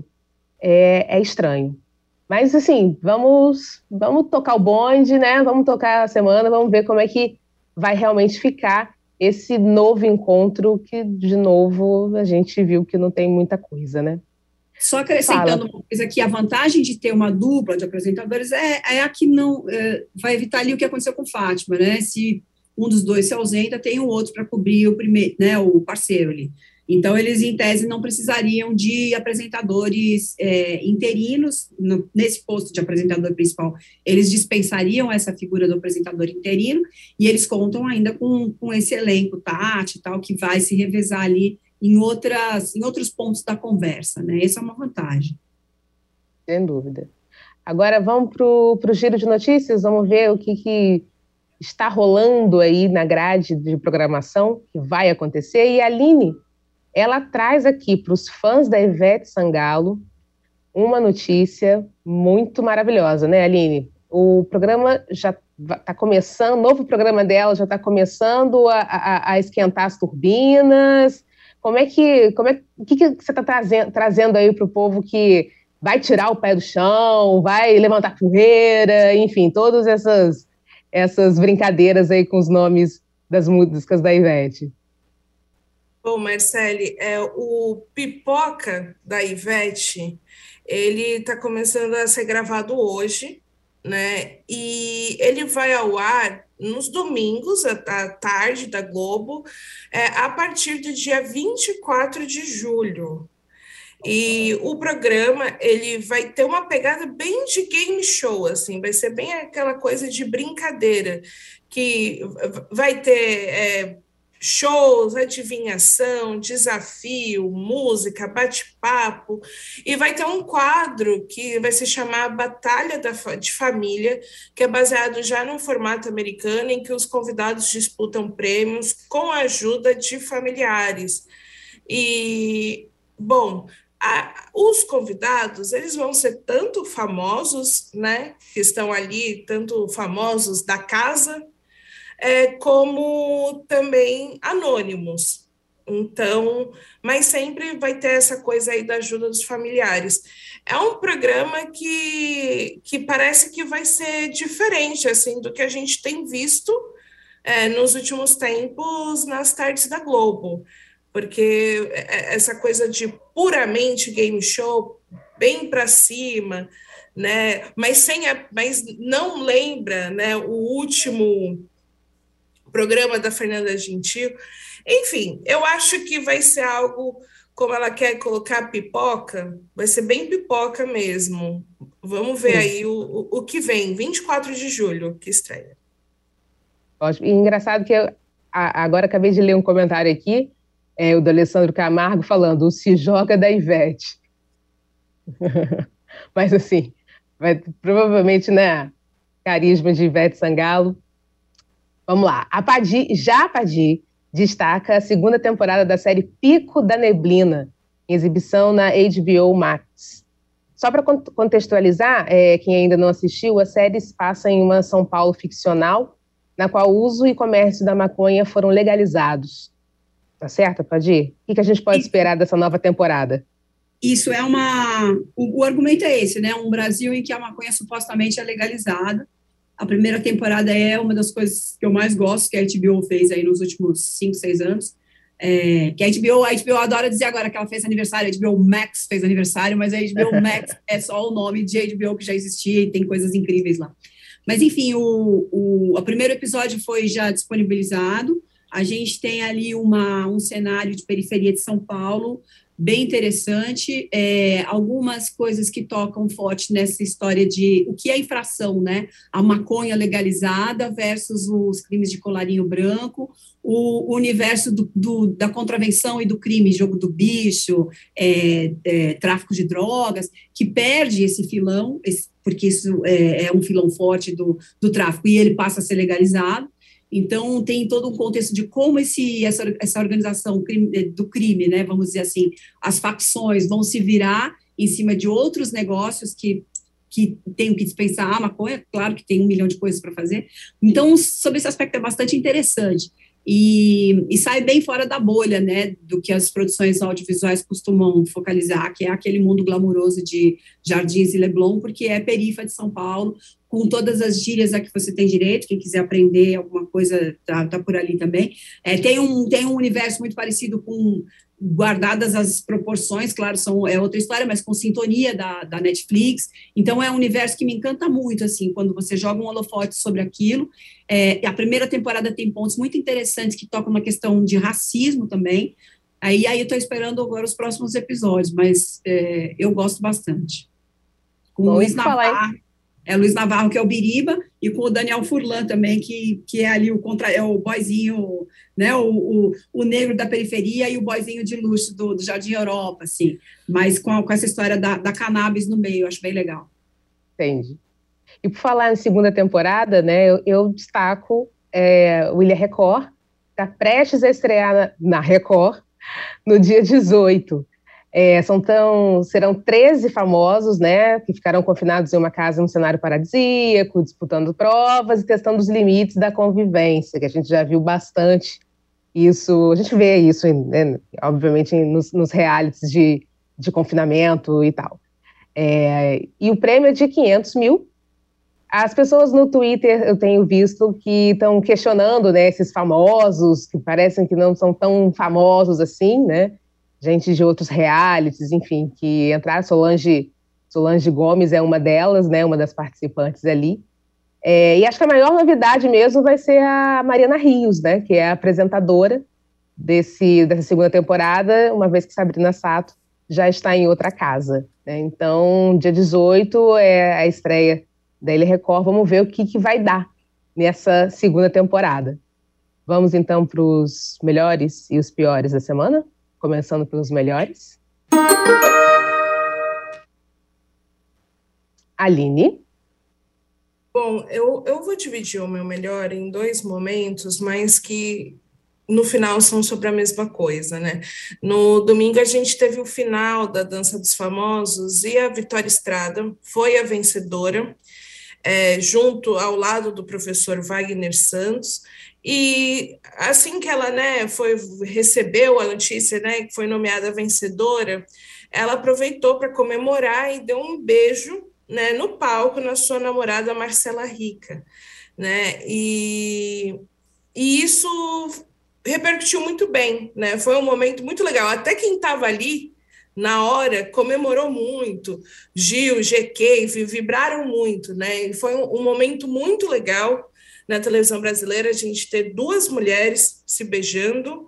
é, é estranho. Mas, assim, vamos, vamos tocar o bonde, né? Vamos tocar a semana, vamos ver como é que vai realmente ficar esse novo encontro que, de novo, a gente viu que não tem muita coisa, né? Só acrescentando Fala. Uma coisa que a vantagem de ter uma dupla de apresentadores é, é a que não é, vai evitar ali o que aconteceu com Fátima, né? Se um dos dois se ausenta, tem o outro para cobrir o primeiro, né, o parceiro ali. Então, eles, em tese, não precisariam de apresentadores é, interinos, no, nesse posto de apresentador principal, eles dispensariam essa figura do apresentador interino, e eles contam ainda com, com esse elenco, Tati e tal, que vai se revezar ali em, outras, em outros pontos da conversa, né, essa é uma vantagem. Sem dúvida. Agora, vamos para o giro de notícias, vamos ver o que que está rolando aí na grade de programação, que vai acontecer, e a Aline, ela traz aqui para os fãs da Ivete Sangalo uma notícia muito maravilhosa, né, Aline? O programa já está começando, o novo programa dela já está começando a, a, a esquentar as turbinas. Como é que, como é, o que, que você está trazendo, trazendo aí para o povo que vai tirar o pé do chão, vai levantar poeira, enfim, todas essas, essas brincadeiras aí com os nomes das músicas da Ivete. Bom, Marcele, é, o Pipoca da Ivete, ele está começando a ser gravado hoje, né? E ele vai ao ar nos domingos, à tarde da Globo, é, a partir do dia vinte e quatro de julho. E o programa, ele vai ter uma pegada bem de game show, assim, vai ser bem aquela coisa de brincadeira, que vai ter é, shows, adivinhação, desafio, música, bate-papo, e vai ter um quadro que vai se chamar Batalha da, de Família, que é baseado já num formato americano, em que os convidados disputam prêmios com a ajuda de familiares. E, bom... A, os convidados, eles vão ser tanto famosos, né, que estão ali, tanto famosos da casa, é, como também anônimos. Então, mas sempre vai ter essa coisa aí da ajuda dos familiares. É um programa que, que parece que vai ser diferente, assim, do que a gente tem visto é, nos últimos tempos nas tardes da Globo. Porque essa coisa de puramente game show, bem para cima, né? Mas, sem a, mas não lembra, né, o último programa da Fernanda Gentil. Enfim, eu acho que vai ser algo, como ela quer colocar pipoca, vai ser bem pipoca mesmo. Vamos ver aí o, o, o que vem, vinte e quatro de julho, que estreia. Ótimo. E engraçado que eu a, agora acabei de ler um comentário aqui, É, o do Alessandro Camargo falando, o Se Joga da Ivete. Mas assim, vai, provavelmente, né, carisma de Ivete Sangalo. Vamos lá. A Padi, já a Padi destaca a segunda temporada da série Pico da Neblina, em exibição na H B O Max. Só para contextualizar, é, quem ainda não assistiu, a série se passa em uma São Paulo ficcional, na qual o uso e comércio da maconha foram legalizados. Tá certo, Padi? O que a gente pode esperar dessa nova temporada? Isso é uma... O, o argumento é esse, né? Um Brasil em que a maconha supostamente é legalizada. A primeira temporada é uma das coisas que eu mais gosto, que a H B O fez aí nos últimos cinco, seis anos. É, que a H B O, a H B O adora dizer agora que ela fez aniversário, a H B O Max fez aniversário, mas a H B O Max é só o nome de H B O que já existia e tem coisas incríveis lá. Mas, enfim, o, o, o primeiro episódio foi já disponibilizado. A gente tem ali uma, um cenário de periferia de São Paulo bem interessante, é, algumas coisas que tocam forte nessa história de o que é infração, né? A maconha legalizada versus os crimes de colarinho branco, o, o universo do, do, da contravenção e do crime, jogo do bicho, é, é, tráfico de drogas, que perde esse filão, esse, porque isso é, é um filão forte do, do tráfico, e ele passa a ser legalizado. Então, tem todo um contexto de como esse, essa, essa organização crime, do crime, né, vamos dizer assim, as facções vão se virar em cima de outros negócios que, que tem que dispensar a maconha, claro que tem um milhão de coisas para fazer. Então, sobre esse aspecto é bastante interessante. E, e sai bem fora da bolha, né, do que as produções audiovisuais costumam focalizar, que é aquele mundo glamuroso de Jardins e Leblon, porque é perifa de São Paulo, com todas as gírias a que você tem direito, quem quiser aprender alguma coisa tá, tá por ali também. É, tem, um, tem um universo muito parecido com, guardadas as proporções, claro, são, é outra história, mas com sintonia da, da Netflix. Então, é um universo que me encanta muito, assim, quando você joga um holofote sobre aquilo. É, a primeira temporada tem pontos muito interessantes que tocam uma questão de racismo também. Aí, aí eu estou esperando agora os próximos episódios, mas é, eu gosto bastante. Com o Luiz Navarro, é Luiz Navarro, que é o Biriba, e com o Daniel Furlan também, que, que é ali o contra, é o boyzinho, né, o, o, o negro da periferia e o boyzinho de luxo do, do Jardim Europa, assim, mas com, a, com essa história da, da cannabis no meio, eu acho bem legal. Entendi. E por falar em segunda temporada, né, eu, eu destaco é, o Ilha Record, está prestes a estrear na, na Record no dia dezoito. É, são tão, serão treze famosos, né, que ficarão confinados em uma casa num cenário paradisíaco, disputando provas e testando os limites da convivência, que a gente já viu bastante isso, a gente vê isso, né, obviamente, nos, nos realities de, de confinamento e tal. É, e o prêmio é de quinhentos mil. As pessoas no Twitter, eu tenho visto, que estão questionando, né, esses famosos, que parecem que não são tão famosos assim, né? Gente de outros realities, enfim, que entraram. Solange, Solange Gomes é uma delas, né, uma das participantes ali. É, e acho que a maior novidade mesmo vai ser a Mariana Rios, né, que é a apresentadora desse, dessa segunda temporada, uma vez que Sabrina Sato já está em outra casa, né? Então, dia dezoito é a estreia da Ele Record. Vamos ver o que, que vai dar nessa segunda temporada. Vamos então para os melhores e os piores da semana? Começando pelos melhores. Aline? Bom, eu, eu vou dividir o meu melhor em dois momentos, mas que no final são sobre a mesma coisa, né? No domingo a gente teve o final da Dança dos Famosos e a Vitória Estrada foi a vencedora, é, junto ao lado do professor Wagner Santos. E assim que ela, né, foi, recebeu a notícia, né, que foi nomeada vencedora, ela aproveitou para comemorar e deu um beijo, né, no palco na sua namorada Marcela Rica, né? E, e isso repercutiu muito bem, né? Foi um momento muito legal. Até quem estava ali na hora comemorou muito. Gil, G K vibraram muito, né? E foi um, um momento muito legal na televisão brasileira, a gente ter duas mulheres se beijando.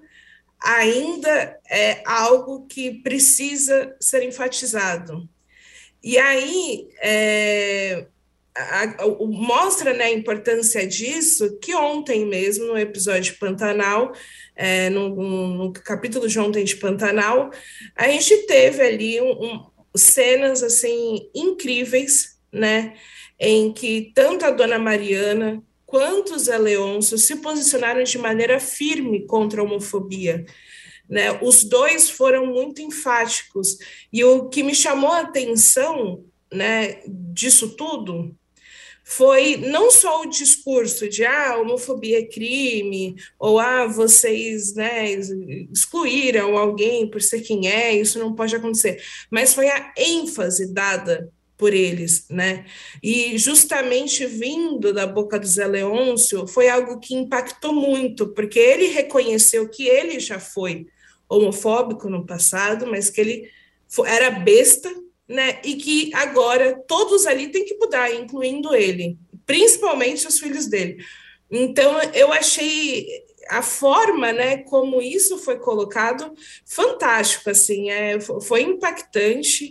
Ainda é algo que precisa ser enfatizado. E aí é, a, a, mostra, né, a importância disso, que ontem mesmo, no episódio de Pantanal, é, no, no capítulo de ontem de Pantanal, a gente teve ali um, um, cenas assim, incríveis, né, em que tanto a dona Mariana quanto o Zé Leôncio se posicionaram de maneira firme contra a homofobia. Né? Os dois foram muito enfáticos, e o que me chamou a atenção, né, disso tudo foi não só o discurso de ah, homofobia é crime, ou ah, vocês, né, excluíram alguém por ser quem é, isso não pode acontecer, mas foi a ênfase dada por eles, né? E justamente vindo da boca do Zé Leôncio foi algo que impactou muito, porque ele reconheceu que ele já foi homofóbico no passado, mas que ele era besta, né? E que agora todos ali têm que mudar, incluindo ele, principalmente os filhos dele. Então, eu achei a forma, né, como isso foi colocado fantástico, assim, é, foi impactante.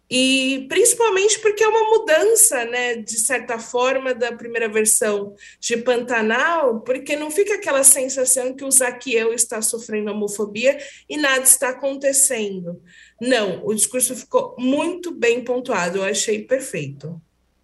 E principalmente porque é uma mudança, né, de certa forma, da primeira versão de Pantanal, porque não fica aquela sensação que o Zaqueu está sofrendo homofobia e nada está acontecendo. Não, o discurso ficou muito bem pontuado, eu achei perfeito.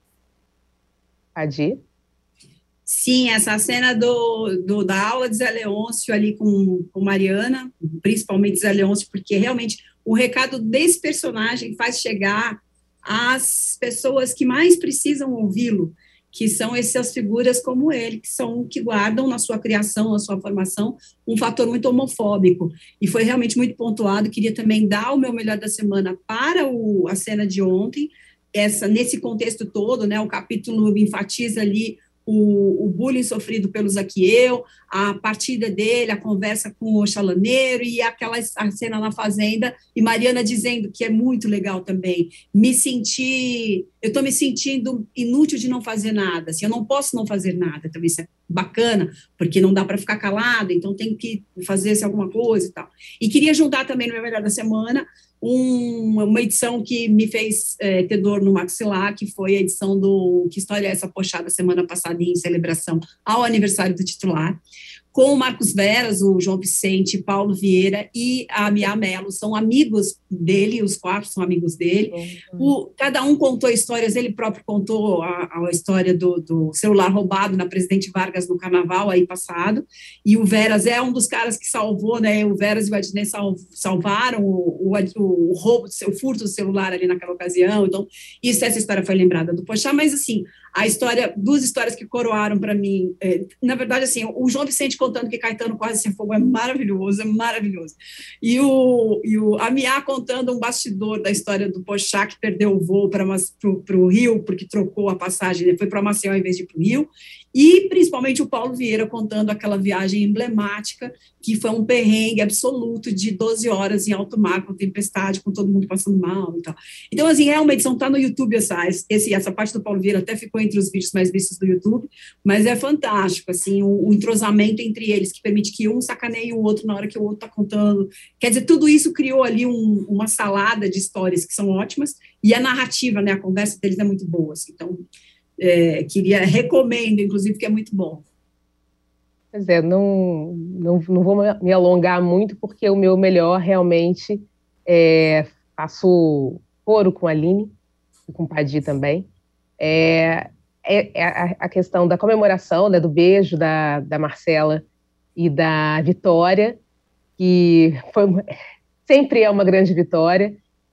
Adi? Sim, essa cena do, do, da aula de Zé Leôncio ali com, com Mariana, principalmente Zé Leôncio, porque realmente o recado desse personagem faz chegar às pessoas que mais precisam ouvi-lo, que são essas figuras como ele, que são que guardam na sua criação, na sua formação, um fator muito homofóbico. E foi realmente muito pontuado. Queria também dar o meu melhor da semana para o, a cena de ontem, essa, nesse contexto todo, né, o capítulo enfatiza ali O, o bullying sofrido pelo Zaqueu, a partida dele, a conversa com o chalaneiro e aquela a cena na fazenda, e Mariana dizendo que é muito legal também, me senti, eu estou me sentindo inútil de não fazer nada, assim, eu não posso não fazer nada, também isso é bacana, porque não dá para ficar calada, então tem que fazer alguma coisa e tal. E queria juntar também no meu melhor da semana Um, uma edição que me fez é, ter dor no maxilar, que foi a edição do Que História é Essa Pochada, semana passada, em celebração ao aniversário do titular, com o Marcos Veras, o João Vicente, Paulo Vieira e a Mia Mello, são amigos dele, os quatro são amigos dele. Uhum. O, cada um contou histórias, ele próprio contou a, a história do, do celular roubado na Presidente Vargas no carnaval aí passado, e o Veras é um dos caras que salvou, né, o Veras e o Adnet sal, salvaram o, o, o roubo, o furto do celular ali naquela ocasião, então isso, essa história foi lembrada do Pochá, mas assim, a história, duas histórias que coroaram para mim, é, na verdade assim, o João Vicente contando que Caetano quase se afogou, é maravilhoso, é maravilhoso. E, o, e o, a Mia contando um bastidor da história do Porchat, que perdeu o voo para o Rio, porque trocou a passagem, foi para Maceió ao invés de ir para o Rio, e principalmente o Paulo Vieira contando aquela viagem emblemática, que foi um perrengue absoluto de doze horas em alto mar, com tempestade, com todo mundo passando mal e tal. Então, assim, é uma edição, está no YouTube, essa, esse, essa parte do Paulo Vieira até ficou entre os vídeos mais vistos do YouTube, mas é fantástico, assim, o, o entrosamento entre eles, que permite que um sacaneie o outro na hora que o outro está contando. Quer dizer, tudo isso criou ali um, uma salada de histórias que são ótimas, e a narrativa, né, a conversa deles é muito boa, assim, então, é, queria, recomendo, inclusive, que é muito bom. Pois é, não, não, não vou me alongar muito, porque o meu melhor realmente é, faço coro com a Aline, e com o Padi também, é, é, é a, a questão da comemoração, né, do beijo da, da Marcela e da Vitória, que foi, sempre é uma grande vitória,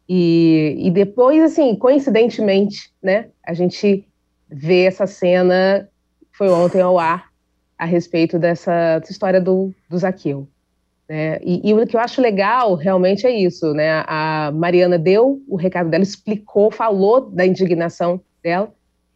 e, e depois, assim, coincidentemente, né, a gente vê essa cena, foi ontem ao ar, a respeito dessa, dessa história do, do Zaqueu. Né? E, e o que eu acho legal, realmente, é isso, né? A Mariana deu o recado dela, explicou, falou da indignação dela.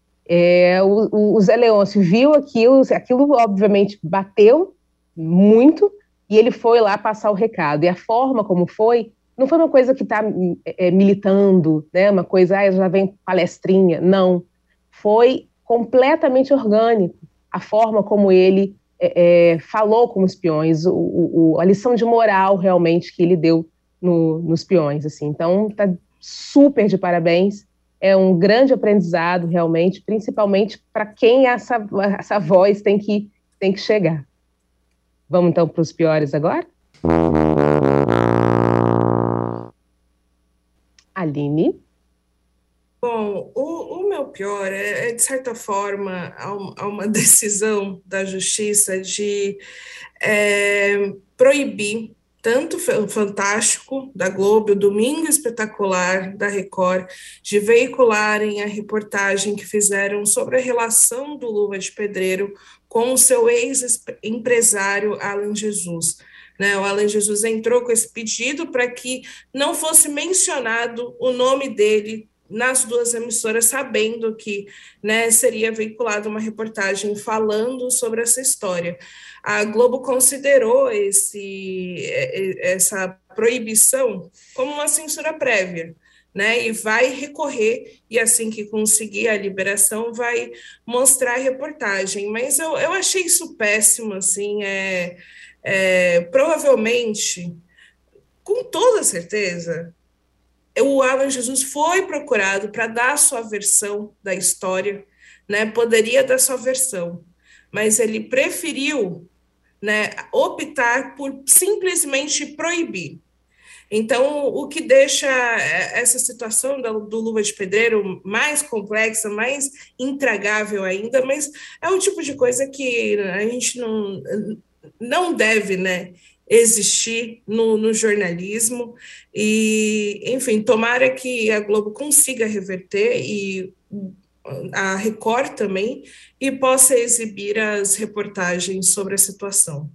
É, o, o Zé Leôncio viu aquilo, aquilo obviamente bateu muito, e ele foi lá passar o recado. E a forma como foi, não foi uma coisa que está é, militando, né? Uma coisa, ah, já vem palestrinha. Não. Foi completamente orgânico a forma como ele é, é, falou com os peões, o, o, a lição de moral realmente que ele deu no, nos peões. Assim. Então, tá super de parabéns. É um grande aprendizado, realmente, principalmente para quem essa, essa voz tem que, tem que chegar. Vamos, então, para os piores agora? Aline? Bom, o, o meu pior é, é, de certa forma, há uma decisão da justiça de é, proibir tanto o Fantástico, da Globo, o Domingo Espetacular, da Record, de veicularem a reportagem que fizeram sobre a relação do Luva de Pedreiro com o seu ex-empresário Alan Jesus. Né, o Alan Jesus entrou com esse pedido para que não fosse mencionado o nome dele nas duas emissoras, sabendo que, né, seria veiculada uma reportagem falando sobre essa história. A Globo considerou esse, essa proibição como uma censura prévia, né, e vai recorrer, e assim que conseguir a liberação, vai mostrar a reportagem. Mas eu, eu achei isso péssimo, assim, é, é, provavelmente, com toda certeza, o Alan Jesus foi procurado para dar a sua versão da história, né? Poderia dar sua versão, mas ele preferiu, né, optar por simplesmente proibir. Então, o que deixa essa situação do Luva de Pedreiro mais complexa, mais intragável ainda, mas é o tipo de coisa que a gente não, não deve, né, existir no, no jornalismo, e, enfim, tomara que a Globo consiga reverter, e a Record também, e possa exibir as reportagens sobre a situação.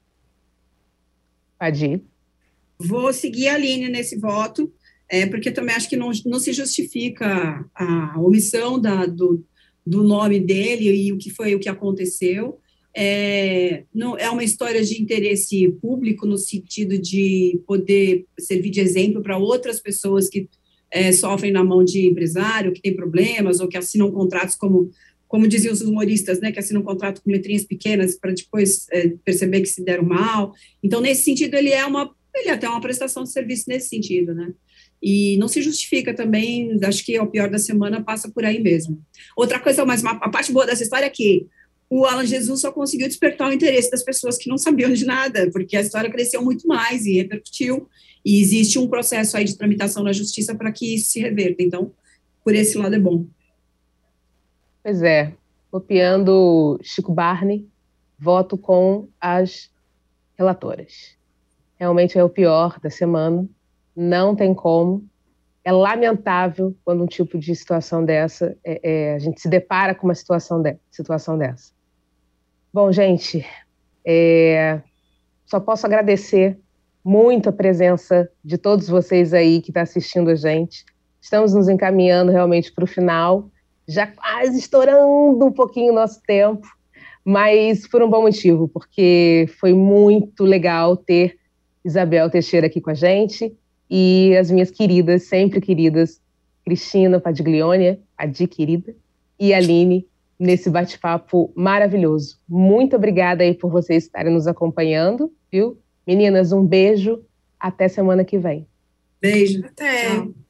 Padi. Vou seguir a Aline nesse voto, é, porque também acho que não, não se justifica a omissão da, do, do nome dele e o que foi o que aconteceu. É, não, é uma história de interesse público, no sentido de poder servir de exemplo para outras pessoas que é, sofrem na mão de empresário, que tem problemas, ou que assinam contratos, como, como diziam os humoristas, né, que assinam um contrato com letrinhas pequenas para depois é, perceber que se deram mal. Então, nesse sentido, ele é uma, ele é até uma prestação de serviço nesse sentido, né? E não se justifica também, acho que é o pior da semana, passa por aí mesmo. Outra coisa, mas a parte boa dessa história é que o Alan Jesus só conseguiu despertar o interesse das pessoas que não sabiam de nada, porque a história cresceu muito mais e repercutiu, e existe um processo aí de tramitação na justiça para que isso se reverta. Então, por esse lado é bom. Pois é, copiando Chico Barney, voto com as relatoras. Realmente é o pior da semana, não tem como. É lamentável quando um tipo de situação dessa, é, é, a gente se depara com uma situação, de, situação dessa. Bom, gente, É, só posso agradecer muito a presença de todos vocês aí que estão assistindo a gente. Estamos nos encaminhando realmente para o final, já quase estourando um pouquinho o nosso tempo, mas por um bom motivo, porque foi muito legal ter Isabel Teixeira aqui com a gente e as minhas queridas, sempre queridas, Cristina Padiglione, a Di querida, e Aline, nesse bate-papo maravilhoso. Muito obrigada aí por vocês estarem nos acompanhando, viu? Meninas, um beijo, até semana que vem. Beijo. Até. Tchau.